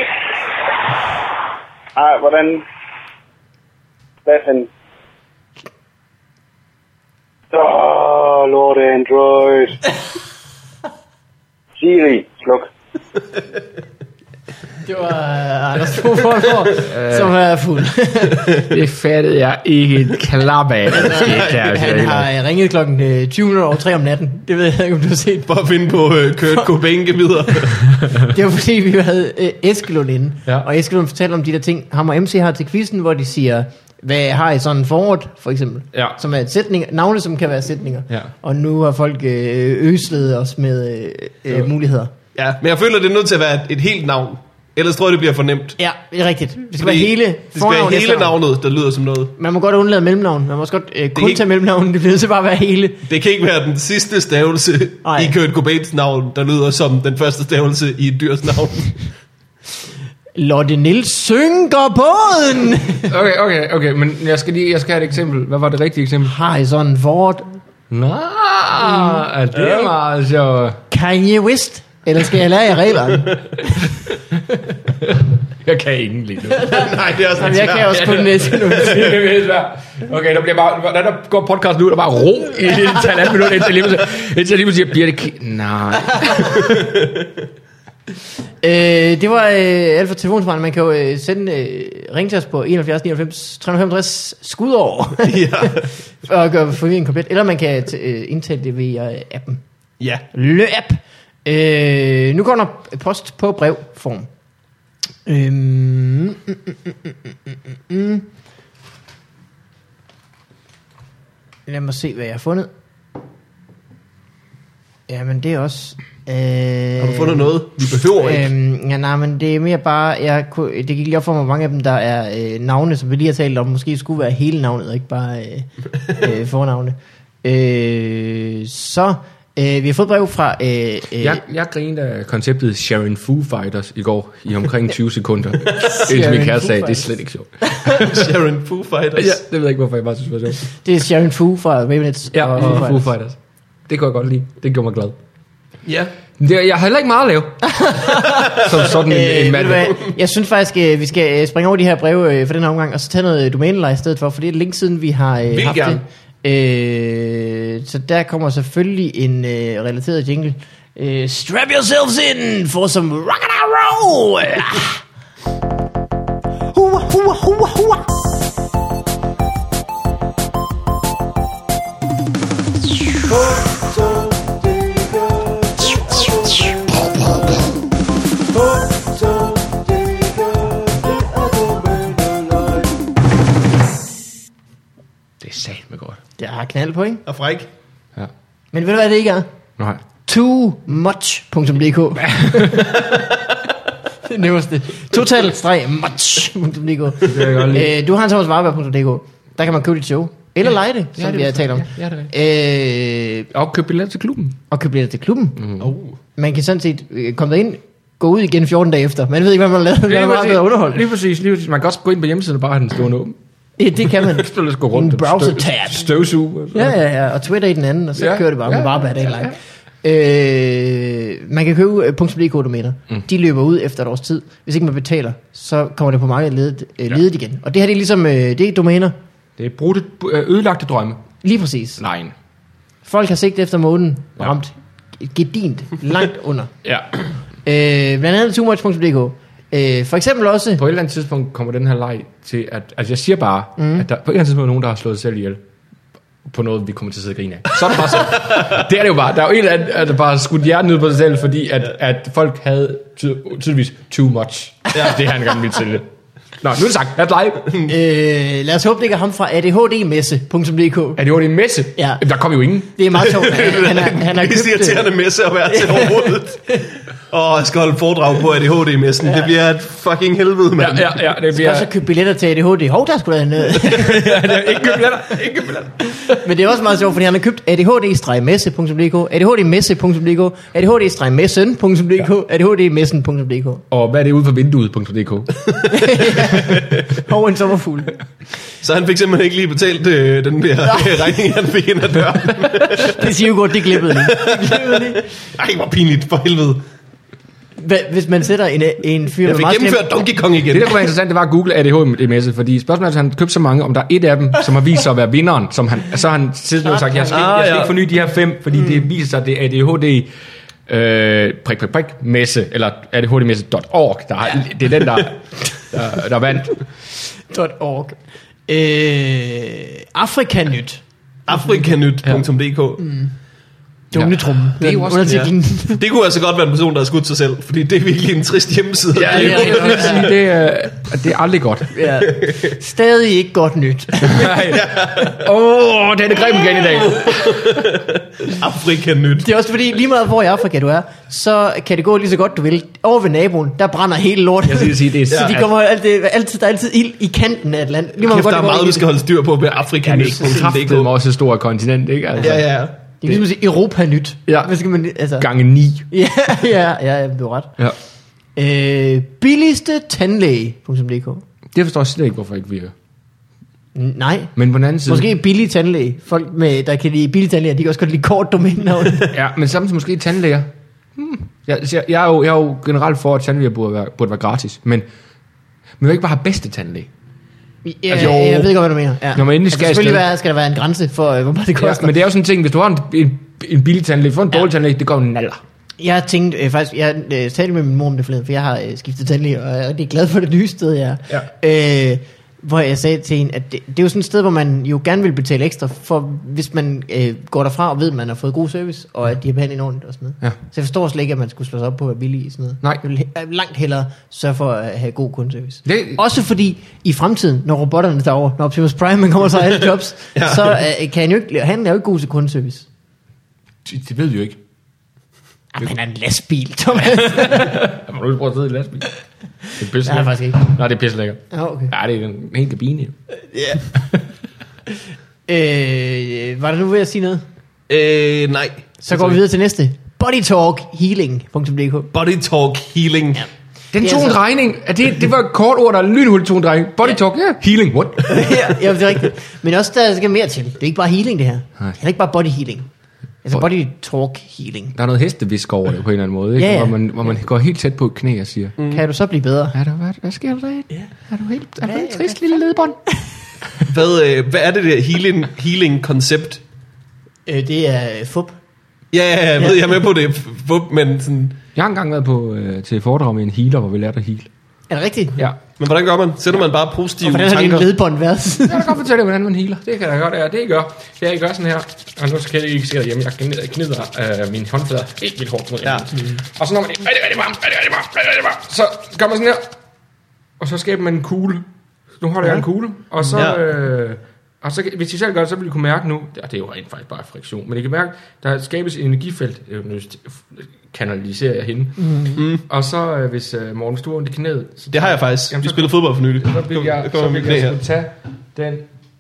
Ej, hvordan... Hvad fanden? Åh, oh, lord Android. Siri, sluk. Det var uh, Anders Fogh Aalborg, som er fuld. Det fattede jeg ikke en klap af. Han har ringet klokken øh, tyve minutter over tre om natten. Det ved jeg ikke, om du har set. For at finde på uh, Kurt Cobain-gebider. Det var fordi, vi havde øh, Eskelund inde. Ja. Og Eskelund fortalte om de der ting, ham og M C har til quizzen, hvor de siger, hvad har I sådan forord, for eksempel? Ja. Som er sætninger, navne, som kan være sætninger. Ja. Og nu har folk øh, øslet os med øh, øh, muligheder. Ja, men jeg føler, det er nødt til at være et, et helt navn. Ellers tror jeg, det bliver for nemt. Ja, det er rigtigt. Det skal Fordi være hele det skal fornavn, være hele efternavn. navnet, der lyder som noget. Man må godt undlade mellemnavn. Man må også godt øh, kun ikke- tage mellemnavn. Det bliver nødt til bare at være hele. Det kan ikke være den sidste stavelse Ej. i Kurt Cobains navn, der lyder som den første stavelse i et dyrs navn. Lotte Nils synker båden. Okay, okay, okay, men jeg skal lige, jeg skal have et eksempel. Hvad var det rigtige eksempel? Har I sådan forord? Nå, er det er meget sjovt. Kanye West. Eller skal jeg lære jer reglerne? Jeg kan ingen lige nu. Nej, det er også Jamen, jeg kan også kun næste nu. Okay, der bliver bare, hvordan der går podcast nu, der bare ro i et halvandet minut, indtil jeg lige, indtil jeg lige siger, bliver det k- Nej. øh, det var øh, alt for telefonsvaren. Man kan jo øh, sende, øh, ringe til os på enoghalvfjerds nioghalvfems tre femoghalvtreds skudår. Ja. Og gøre forvirringen komplet. Eller man kan t- øh, indtale det via appen. Ja. Lø-app. Øh, nu kommer der post på brevform. Øhm, mm, mm, mm, mm, mm, mm. Lad mig se, hvad jeg har fundet. Jamen, det er også... Øh, Har du fundet noget? Vi behøver ikke. Øhm, ja, nej, men det er mere bare... Jeg kunne, det gik lige op for mig, mange af dem, der er øh, navne, som vi lige har talt om, måske skulle være hele navnet, og ikke bare øh, øh, fornavne. Øh, så... Øh, vi har fået brev fra... Øh, øh, Jeg, jeg grinede af konceptet Sharon Foo Fighters i går i omkring tyve sekunder. Indtil min kæreste sagde, det er slet ikke sjovt. Sharon Foo Fighters. Ja, det ved jeg ikke, hvorfor jeg bare synes, det var sjovt. det er Sharon Foo fra Ravenets. Ja, og Foo Foo Fighters. Fighters. Fighters. Det kunne jeg godt lide. Det gjorde mig glad. Ja. Det, jeg har heller ikke meget at lave. Som sådan en, Øh, en ved mand. du hvad? Jeg synes faktisk, øh, vi skal øh, springe over de her breve øh, for den her omgang, og så tage noget domæneleje i stedet for, for det er længe siden, vi har øh, Vil haft gerne. det. Øh, så der kommer selvfølgelig en øh, relateret jingle. Øh, strap yourselves in for some rock and roll. Hua, hua, hua, hua. Det er satme godt. Det har knald på, ikke? Og fræk. Ja. Men ved du hvad det ikke er? Nej. too much punktum d k. Det nemmeste. Total streg much punktum d k. Det er jeg godt lide. Øh, du har en Thomas Warberg punktum d k. Der kan man købe dit show. Eller lege det, som Ja, det vi er har talt om. Ja, det er Øh, Og køb billetter til klubben. og købe billetter til klubben. Mm. Oh. Man kan sådan set øh, komme derind, gå ud igen fjorten dage efter. Man ved ikke, hvad man har lavet. Man har meget bedre underhold. Lige præcis, lige præcis. Man kan også gå ind på hjemmesiden og bare have den stående åben. Ja, det kan man. Så lad os gå rundt. En browser Støv- tab. Støvsuge. Ja, ja, ja. Og Twitter i den anden, og så Ja, kører det bare med ja, Warberg dagen ja, lang. Øh, man kan købe øh, .dk-domæner. Mm. De løber ud efter et års tid. Hvis ikke man betaler, så kommer det på markedet ledet, øh, ledet igen. Og det her det er ligesom øh, det er domæner. Det er brudte, ødelagte drømme. Lige præcis. Nej. Folk har sigtet efter månen og Ja. ramt gedint langt under. Ja. Øh, blandt andet too much punktum d k. Øh, for eksempel også... På et eller andet tidspunkt kommer den her leg til at... Altså jeg siger bare, mm. at der på et eller andet tidspunkt er nogen, der har slået sig selv ihjel. På noget, vi kommer til at sidde og grine af. Så er det bare så. Det er det jo bare. Der er jo en eller anden, der bare skudt hjerten ud på sig selv, fordi at, at folk havde ty- tydeligvis too much. Ja. Det han gerne ville sælge. Nå, nu er det sagt. Lad os lege. Øh, lad os håbe, det ikke er ham fra A D H D messe punktum d k. Er det jo en messe? Ja. Der kom jo ingen. Det er meget sjovt. Han, han, har- han har Det er købt... irriterende messe at være til overhovedet. Og jeg skal holde foredrag på A D H D-messen. Ja. Det bliver et fucking helvede, mand. Ja, ja, ja. Det Jeg skal bliver... også købe billetter til A D H D. Hov, der skulle da noget. ja, det er ikke købt billetter. Ikke købt billetter. Men det er også meget sjovt, fordi han har købt A D H D-messe punktum d k, A D H D-messe punktum d k, A D H D-messen punktum d k, A D H D-messen punktum d k. Og hvad er det ude for vinduet punktum d k? Hov, en sommerfugl. Så han fik simpelthen ikke lige betalt øh, den der regning, han fik ind ad døren. Det siger jo godt, det glippede lige. Det glippede lige. Ej, hvor pinligt, for helvede. Hva- Hvis man sætter en, en fyr Jeg med fik meget gennemført slem... Donkey Kong igen. Det, der kunne være interessant, det var at google A D H D-messe, fordi spørgsmålet er, at han købte så mange, om der er et af dem, som har vist sig at være vinderen, som han, så har han siddet og sagt, jeg skal, ikke- jeg skal ikke forny de her fem, fordi mm. det viser sig, at det er A D H D øh, prik, prik, prik, messe, eller A D H D messe punktum org, der har, det er den, der, der, der vandt. .org. Øh, Afrikanyt. Afrikanyt punktum d k. Mm. Dumletrumme. Det er jo også- Undertitlen. Det kunne altså godt være en person, der har skudt sig selv, fordi det er virkelig en trist hjemmeside. Ja, ja, ja, ja, jeg vil sige, det er, det er aldrig godt. Ja. Stadig ikke godt nyt. Åh, oh, den er grim igen i dag. Afrikanyt. Det er også fordi, lige meget hvor i Afrika du er, så kan det gå lige så godt du vil. Over ved naboen, der brænder hele lortet. Jeg skal sige, det er Så de kommer altid, altid, der er altid ild i kanten af et land. Lige meget Kæft, hvor der er det går meget, i vi skal det. holde styr på ved Ja, det Afrikanyt er punktum d kraftigt k. også et stort kontinent, ikke? Altså, Ja, ja. Det er ligesom at sige Europa-nyt. Ja. Hvad skal man, altså, Gange ni. ja, ja, ja, du har ret. Ja. Øh, billigste tandlæge punktum d k. Det forstår jeg slet ikke, hvorfor ikke virker. Nej. Men på den anden side... Måske billig tandlæge. Folk, med, der kan lide billig tandlæge, de kan også godt lide kort domænenavn. Ja, men samtidig måske tandlæger. Hmm. Jeg, jeg, jeg, er jo, jeg er jo generelt for, at tandlæger burde være, burde være gratis, men man vil ikke bare have bedste tandlæge. Ja, altså, jeg ved godt, hvad du mener. Ja. Når man endelig skal altså, selvfølgelig være, skal der være en grænse for, hvor meget det koster. Ja, men det er jo sådan en ting, hvis du har en, en, en billig tandlæge, for en dårlig ja. tandlæge, det går en naller. Jeg tænkte øh, faktisk, jeg øh, talte med min mor om det forleden, for jeg har øh, skiftet tandlæge, og jeg er rigtig glad for det nye sted, jeg er. Ja. Øh, hvor jeg sagde til hende, at det, det er jo sådan et sted, hvor man jo gerne vil betale ekstra, for hvis man øh, går derfra og ved, at man har fået god service, og at de har behandlet ordentligt og sådan noget. Ja. Så jeg forstår slet ikke, at man skulle slå sig op på at være billig i sådan noget. Nej. Jeg vil he- langt hellere sørge for at have god kundeservice. Det... Også fordi, i fremtiden, når robotterne derovre, når Optimus Prime kommer sig alle jobs, ja. så øh, kan han jo ikke, han er jo ikke god til kundeservice. Det, det ved vi jo ikke. Jamen, han er en lastbil, Thomas. Må du ikke prøve at sidde i en lastbil? Det er pisse lækker. faktisk ikke. Nej, det er pisse lækker. Ja, okay. Ja, det er en hel kabine. Ja. øh, var det nu ved at sige noget? Øh, nej. Så går vi videre til næste. bodytalk healing punktum d k. bodytalk healing. Ja. Den tog en altså... drejning. Det, det var et kort ord, der lynhuldt tog en drejning. Bodytalk, ja. Yeah. Healing, what? ja, det er rigtigt. Men også, der skal mere til. Det er ikke bare healing, det her. Nej. Det er ikke bare body healing. Altså body talk healing. Der er noget hestevisk over det på en eller anden måde, ikke? Ja, ja. Hvor, man, hvor man går helt tæt på et knæ og siger, mm. kan du så blive bedre? Er der, hvad, hvad sker der der? Ja. Er du helt er du ja, en trist ja, lille ledbånd? hvad, øh, hvad er det der healing, healing koncept? Øh, det er fup. Ja, ja, jeg ved, jeg er med på det. Fup, men sådan... Jeg har engang været på, øh, til foredrag med en healer, hvor vi lærte at heal. Er det rigtigt? Ja. Men hvordan gør man? Sætter man bare positive tanker? Og hvordan har din ledbånd været? Jeg kan godt fortælle, hvordan man healer. Det kan jeg godt, ja. Det jeg gør. Det jeg gør sådan her. Og nu skal jeg ikke se derhjemme. Jeg knider øh, mine håndflader helt vildt hårdt mod ja. mm. Og så når man er rigtig, rigtig varmt, rigtig, rigtig varmt, rigtig, rigtig varmt, så gør man sådan her. Og så skaber man en kugle. Nu holder ja. jeg en kugle. Og så... Ja. Øh, Og så, hvis I selv gør det, så vil I kunne mærke nu, og det er jo rent faktisk bare friktion, men I kan mærke, der skabes et energifelt, nu kanaliserer jeg hende, mm. og så hvis uh, Morten står ondt i knæet... Så det har jeg faktisk, jamen, vi spiller fodbold for nylig. Så vil jeg, så vil jeg skulle tage den,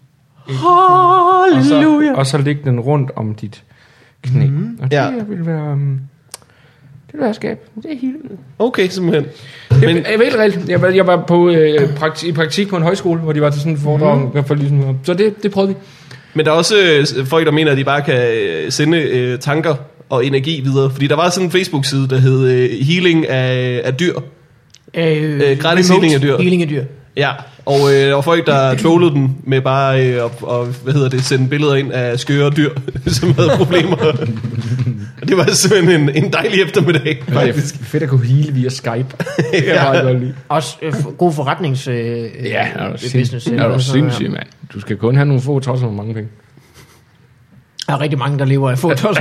halleluja, og så, og så lægge den rundt om dit knæ. Mm. Og det ja. vil være... Um, det vil være skab. Det er helt... Okay, simpelthen. Det men, er helt reelt. Jeg var, jeg var på, øh, praktik, i praktik på en højskole, hvor de var til sådan en foredrag. Mm. For ligesom, så det, det prøvede vi. Men der er også øh, folk, der mener, at de bare kan øh, sende øh, tanker og energi videre. Fordi der var sådan en Facebook-side, der hed øh, Healing af, af dyr. Øh, øh, gratis healing af dyr. Healing af dyr. Ja, og øh, der var folk, der trollede den med bare øh, og, og, hvad hedder det, sende billeder ind af skøre dyr, som havde problemer. Og det var simpelthen en, en dejlig eftermiddag, faktisk. Det er fedt at kunne heale via Skype. ja. Også øh, god forretnings øh, ja, er du business. Ja, er du sindssygt, mand. Du skal kun have nogle få tosser med mange penge. Der er rigtig mange, der lever af få tosser.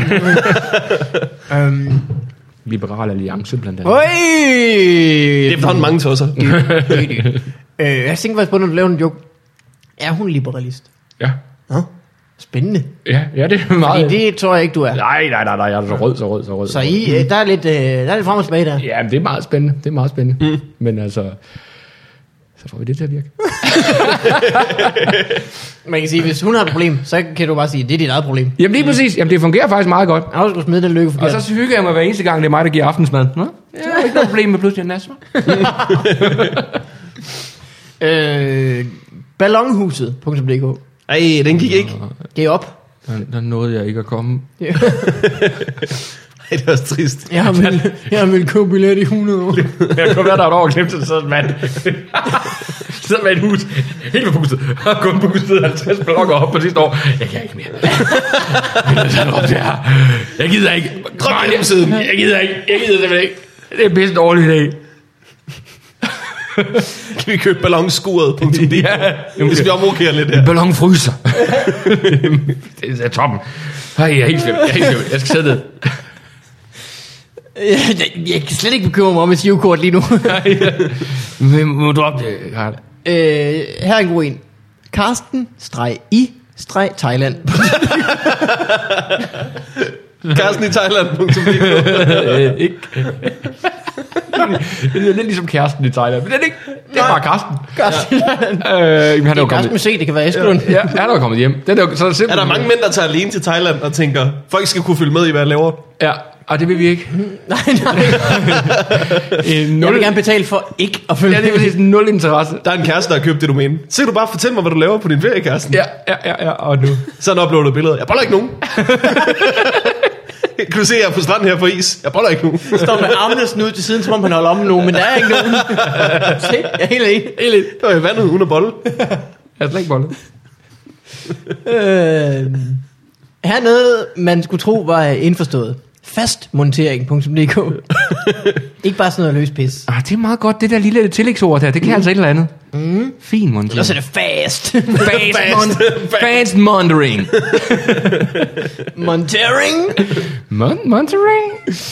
um, Liberal Alliance blandt andet. Øj! Det er efterhånden mange tosser. øh, jeg tænker faktisk på, når du laver en joke. Er hun liberalist? Ja. Nå, spændende. Ja, ja, det er meget... Fordi det tror jeg ikke, du er. Nej, nej, nej, nej, jeg er så rød, så rød, så rød. Så I, øh, der, er lidt, øh, der er lidt frem og tilbage der. Ja, men det er meget spændende. Det er meget spændende. Mm. Men altså... Så får vi det til at virke. Man kan sige, hvis hun har et problem, så kan du bare sige, det er dit eget problem. Jamen lige præcis. Jamen det fungerer faktisk meget godt. Jeg skal smide den lykke forkert. Og så hygger jeg mig hver eneste gang, det er mig, der giver aftensmad. Nå? Jeg har ikke noget problem med pludselig en nas. øh, Ballonhuset punktum d k. Ej, den gik ikke. Det er op. Der, der nåede jeg ikke at komme. Ej, det er også trist. Jeg har vel, jeg har vel købt billet i hundrede år. Jeg kunne være der et år og glemte det, sådan en mand. Sidder med et hus, helt på huset, og kun på huset halvtreds blokker op på sidste år. Jeg kan ikke mere. Jeg gider ikke. Kom hjemmesiden. Jeg gider ikke. Jeg gider simpelthen ikke. Det er bedst dårlig i dag. Kan vi købe ballonskuret punktum d k? Ja, hvis vi omrokere lidt her. Ballonfryser. Det er toppen. Ej, jeg er helt slemt. Jeg er helt slemt. Jeg skal sætte det. Jeg, jeg kan slet ikke bekymre mig om et sivkort lige nu. Men må du op det, Karl? Øh, her er en god en. Karsten streg i streg Thailand. Karsten i Thailand punktum d k. Ikke. Det er lidt ligesom Karsten i Thailand. Men det er ikke. Det er bare Karsten. Karsten i Thailand. Øh, det er Karsten med C, det kan være Eskelund. Ja, han er jo kommet hjem. Det er, jo, så er, er der mange mænd, der tager alene til Thailand og tænker, folk skal kunne følge med i, hvad jeg laver? Ja, og det vil vi ikke. nej, nej. nul... Jeg vil gerne betale for ikke at følge med. Ja, det er præcis nul interesse. Der er en kæreste, der har købt det domæne. Så kan du bare fortælle mig, hvad du laver på din ferie, Karsten. Ja, ja, ja, ja, og nu. Så han uploadet billeder. Jeg boller ikke nogen. Kan du se, jeg er på stranden her på is? Jeg boller ikke nu. Står med armene snudt til siden, som om han holder om nu, men der er ikke nogen. Se, jeg er helt enig. Helt enig. Der var jeg vandet uden at bolle. Jeg er slet ikke bollet. Øh, her er noget, man skulle tro var indforstået. Fastmontering punktum d k. Ikke bare sådan noget løs pis. Ah, det er meget godt, det der lille tillægsord der. Det kan mm. altså et eller andet. Mm. Fin montering. Og så er det fast. Fast, mon- fast montering. Montering. Mon- montering.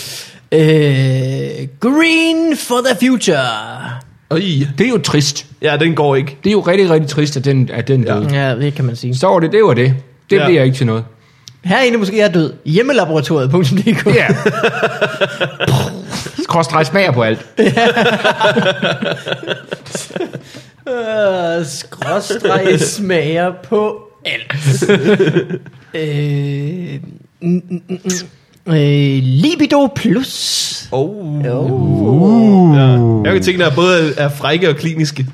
Øh, green for the future. Øj. Det er jo trist. Ja, den går ikke. Det er jo rigtig, rigtig trist, at den, at den Ja. døde. Ja, det kan man sige. Så var det, det var det. Det Ja. bliver ikke til noget. Herinde måske er død. Hjemmelaboratoriet punktum d k. Ja. Skråstreg smager på alt. Øh, skråstreg smager på alt. øh, mm, mm, mm, øh, libido plus. Oh. Oh. Ja. Jeg kan tænke, at både er frække og kliniske.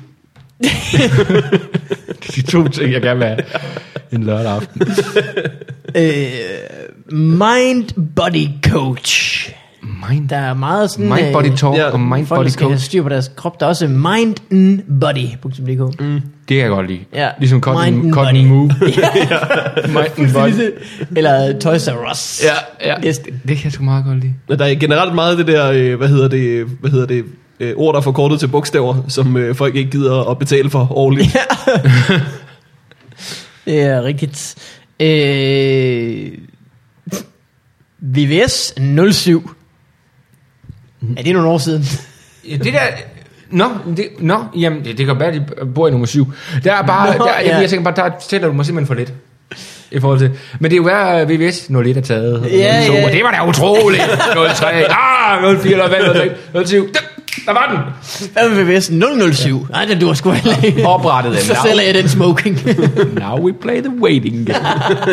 De to ting, jeg gerne vil have en lørdag aften. øh, mind body coach. Mind, Der er meget sådan mind body talk ja, og mind folk body skal have coach. styr på deres krop. Der er også mind body punktum d k. Mm. Det kan jeg godt lide. Ja. Ligesom Cotton, Mind cotton body. Move. Mind body. Eller Toys R Us. Ja, ja. Det, det kan jeg sgu meget godt lide. Men der er generelt meget af det der, øh, hvad hedder det, hvad hedder det, øh, ord, der er forkortet til bogstaver, som øh, folk ikke gider at betale for årligt. Ja. Det er rigtigt. Øh, V V S nul syv. Er det nogle år siden? Ja, det der... Nå, det, nå jamen, det, det kan være, at de bor i nummer syv. Der er bare... Nå, der, jeg, ja. jeg tænker bare, der tæller du mig simpelthen for lidt. I forhold til... Men det er jo værd, V V S nul et er taget. Ja, nul to, ja. og det var da utroligt. nul tre, ah, nul fire, nul fem, nul seks, nul syv. Der, der var den. Hvad med V V S nul nul syv? Nej, den duer sgu heller ikke. Oprettet den. Så sælger jeg den smoking. Now we play the waiting game.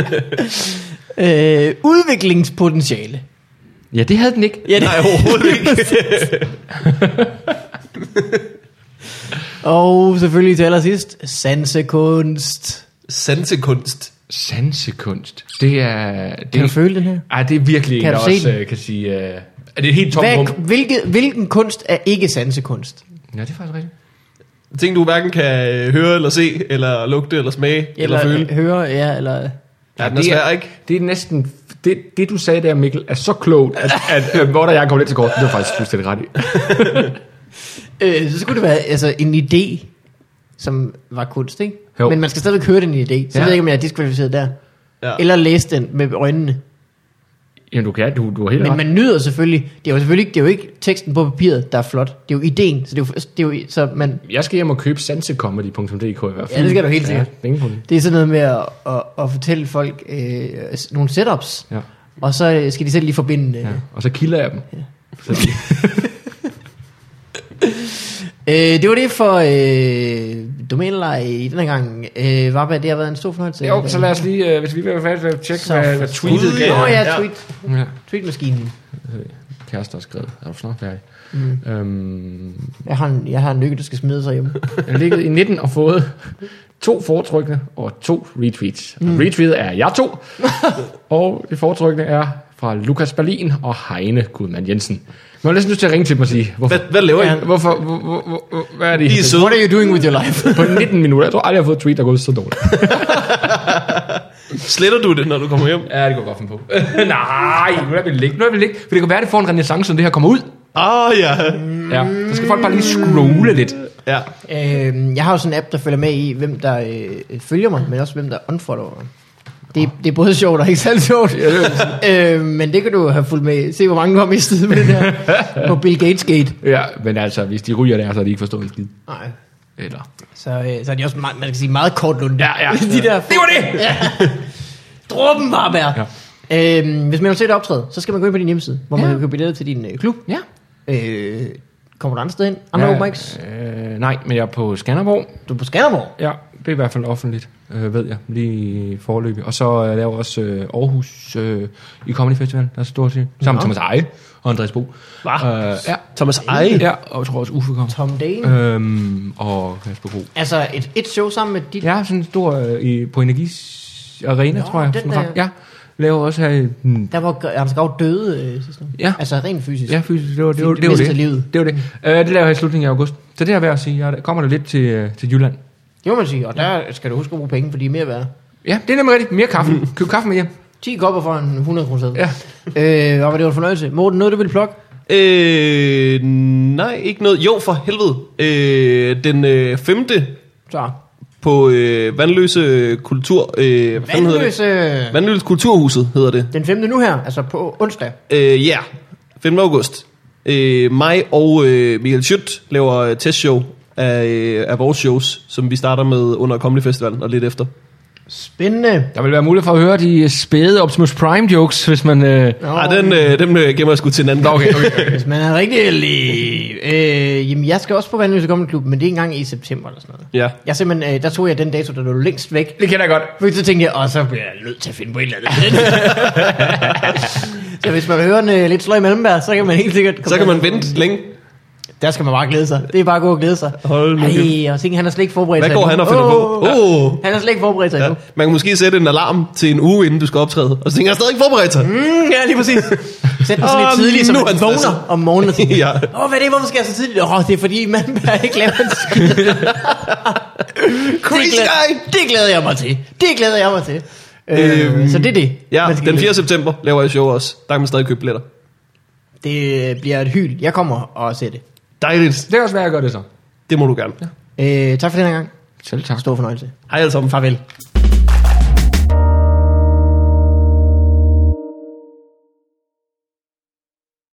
øh, udviklingspotentiale. Ja, det havde den ikke. Ja, det, Nej, overhovedet ikke. og selvfølgelig til allersidst, sansekunst. Sansekunst. Sansekunst. Det er... Det Kan du føle den her? Ej, det er virkelig Kan en, du der se også den? uh, kan sige... Uh, er det et helt tomt Hvad, rum? hvilke, hvilken kunst er ikke sansekunst? Ja, det er faktisk rigtigt. Ting, du hverken kan øh, høre eller se, eller lugte eller smage, eller, eller føle. høre, ja, eller... Ja, den er det svær, ikke? Det er næsten... Det, det du sagde der, Mikkel, er så klogt, at, at, at hvor der jeg kom lidt til kort. Det var faktisk fuldstændig ret i. Øh, så skulle det være altså, en idé, som var kunst, ikke? Jo. Men man skal stadigvæk høre den idé. Så Ja. ja. ved jeg ikke, om jeg er diskvalificeret der. Ja. Eller læse den med øjnene. Jamen, du kan, du, du har helt Men ret. man nyder selvfølgelig. Det er jo selvfølgelig ikke, det er jo ikke teksten på papiret, der er flot. Det er jo ideen. Så det er jo, det er jo så man, Jeg skal hjem og købe sansecomedy punktum d k i hvert fald. Ja, det skal du helt sikkert. Ja, penge på det. det er sådan noget med at, at, at fortælle folk øh, nogle setups. Ja. Og så skal de selv lige forbinde. Øh. Ja. Og så kilder jeg dem. Ja. Så de, Øh, det var det for øh, domæneleje i denne gang. Øh, Varberg, det har været en stor fornøjelse. jo, så lad os lige, øh, hvis vi vil være færdige, tjekke, Så hvad, hvad tweetet Gud, gav. Nå ja, Ja. tweet. Ja. Tweetmaskinen. Kæreste har skrevet. Er du snart færdig? Mm. Øhm, Jeg har en, jeg har en nykke, der skal smide sig hjemme. jeg har ligget i nitten og fået to foretrykkende og to retweets. Mm. Retweetet er jeg to, og det foretrykkende er fra Lukas Berlin og Heine Gudmand Jensen. Man har næsten lyst til at ringe til dem og sige, hvorfor, Hvad, hvad laver I? Ja. hvorfor, hvor, hvor, hvor, hvad er det? I er søde. What are you doing with your life? På nitten minutter. Jeg tror aldrig, jeg har fået et tweet, der er gået så dårligt. Sletter du det, når du kommer hjem? Ja, det går godt finde på. Nej, nu er vi ikke. Nu er vi ikke. For det kan være, at det får en renaissance, når det her kommer ud. Ah, ja. Ja, så skal folk bare lige scrolle lidt. Ja. øh, jeg har jo sådan en app, der følger med i, hvem der øh, følger mig, men også hvem der unfollower mig. Det, det er både sjovt og ikke særlig sjovt. øh, men det kan du have fulgt med. Se, hvor mange du har mistet med det der på Bill Gates Gate. Ja, men altså, hvis de ryger der, så har de ikke forstået en skid. Nej. Eller... Så, øh, så er de også meget, man kan sige meget kort lunde. Ja, ja. de der, Det var det! Ja. Dråben var bær. Ja. Øhm, hvis man vil se det optræde, så skal man gå ind på din hjemmeside, hvor Ja. man kan købe billetter til din øh, klub. Ja. Øh, kommer du andre steder ind? Andre ja, open mics? øh, nej, men jeg er på Skanderborg. Du er på Skanderborg? Ja, det er i hvert fald offentligt, øh, ved jeg, lige forløbig. Og så øh, laver jeg også øh, Aarhus øh, i Comedy Festival, der er så stort set. Sammen med Thomas Eje og Andreas Bo. Hva? Øh, ja, Thomas Eje. ja, og jeg tror også Uffe kommer. Tom Dane? Øhm, og Kasper Bro. Altså et, et show sammen med dit... Ja, sådan en stor øh, i, på Energis Arena, Nå, tror jeg. den sådan der- ret- Ja, laver også her... Hmm. Der var Anders Gav døde øh, sidste år. Ja. Altså rent fysisk. Ja, fysisk. Det var det, var, det, det, var det, det. Livet. Det var det. Uh, det laver jeg i slutningen af august. Så det er værd at sige. Ja, der kommer der lidt til, uh, til Jylland. Det må man sige. Og der skal du huske at bruge penge, for de er mere værd. Ja, det er nemlig rigtigt. Mere kaffe. Køb kaffe med hjem. ti kopper for en hundrede kroner. Ja. Øh, og det var en fornøjelse. Morten, noget du vil plukke? Øh, nej, ikke noget. Jo, for helvede. Øh, den øh, femte Så. på øh, Vandløse Kultur... Øh, hvad fanden hedder det? Vandløse... Vandløse Kulturhuset hedder det. Den femte nu her, altså på onsdag. Øh, ja, yeah. femte august. Øh, mig og øh, Michael Schødt laver testshow af, øh, af vores shows, som vi starter med under Comedy Festivalen og lidt efter. Spændende. Der vil være mulighed for at høre de spæde Optimus Prime jokes, hvis man... Øh... Nå, Ej, den, øh, dem øh, gemmer jeg sgu til en anden gang. Okay, okay, okay. Hvis man er rigtig heldig. Øh, jamen, jeg skal også på Vandløse Comedy Club, men det er engang i september eller sådan noget. Ja. Jeg simpelthen, øh, der tog jeg den dato, der lå længst væk. Det kender jeg godt. For så tænkte jeg, og så bliver jeg nødt til at finde på et eller andet. Så hvis man vil høre en øh, lidt sløj mellembær, så kan man helt sikkert... Så kan man vente længe. Der skal man bare glæde sig. Det er bare at gå og glæde sig. Hold nu. Ej, og tænker, han har slet ikke forberedt Hvad sig går endnu. han og finder på? Åh, Oh. Han har slet ikke forberedt sig Ja. endnu. Man kan måske sætte en alarm til en uge, inden du skal optræde. Og så tænker jeg, stadig ikke forberedt sig. Mm, ja, lige præcis. Sæt den sådan lidt Åh, tidligt, så nu er man han stresset. vågner om morgenen. Åh, Ja. oh, hvad er det? Hvorfor skal jeg så tidligt? Åh, oh, det er fordi, man ikke laver en skid. Crazy det, guy! glæder, det glæder jeg mig til. Det glæder jeg mig til. Øhm, øh, så det er det. Ja, man skal den glæde. fjerde september laver jeg show også. Der kan man stadig købe billetter. Det bliver et hyl. Jeg kommer og ser det. Dejligt. Det er også værd at gøre det så. Det må du gerne. Øh, tak for den her gang. Selv tak. Stor fornøjelse. Hej alle sammen. Farvel.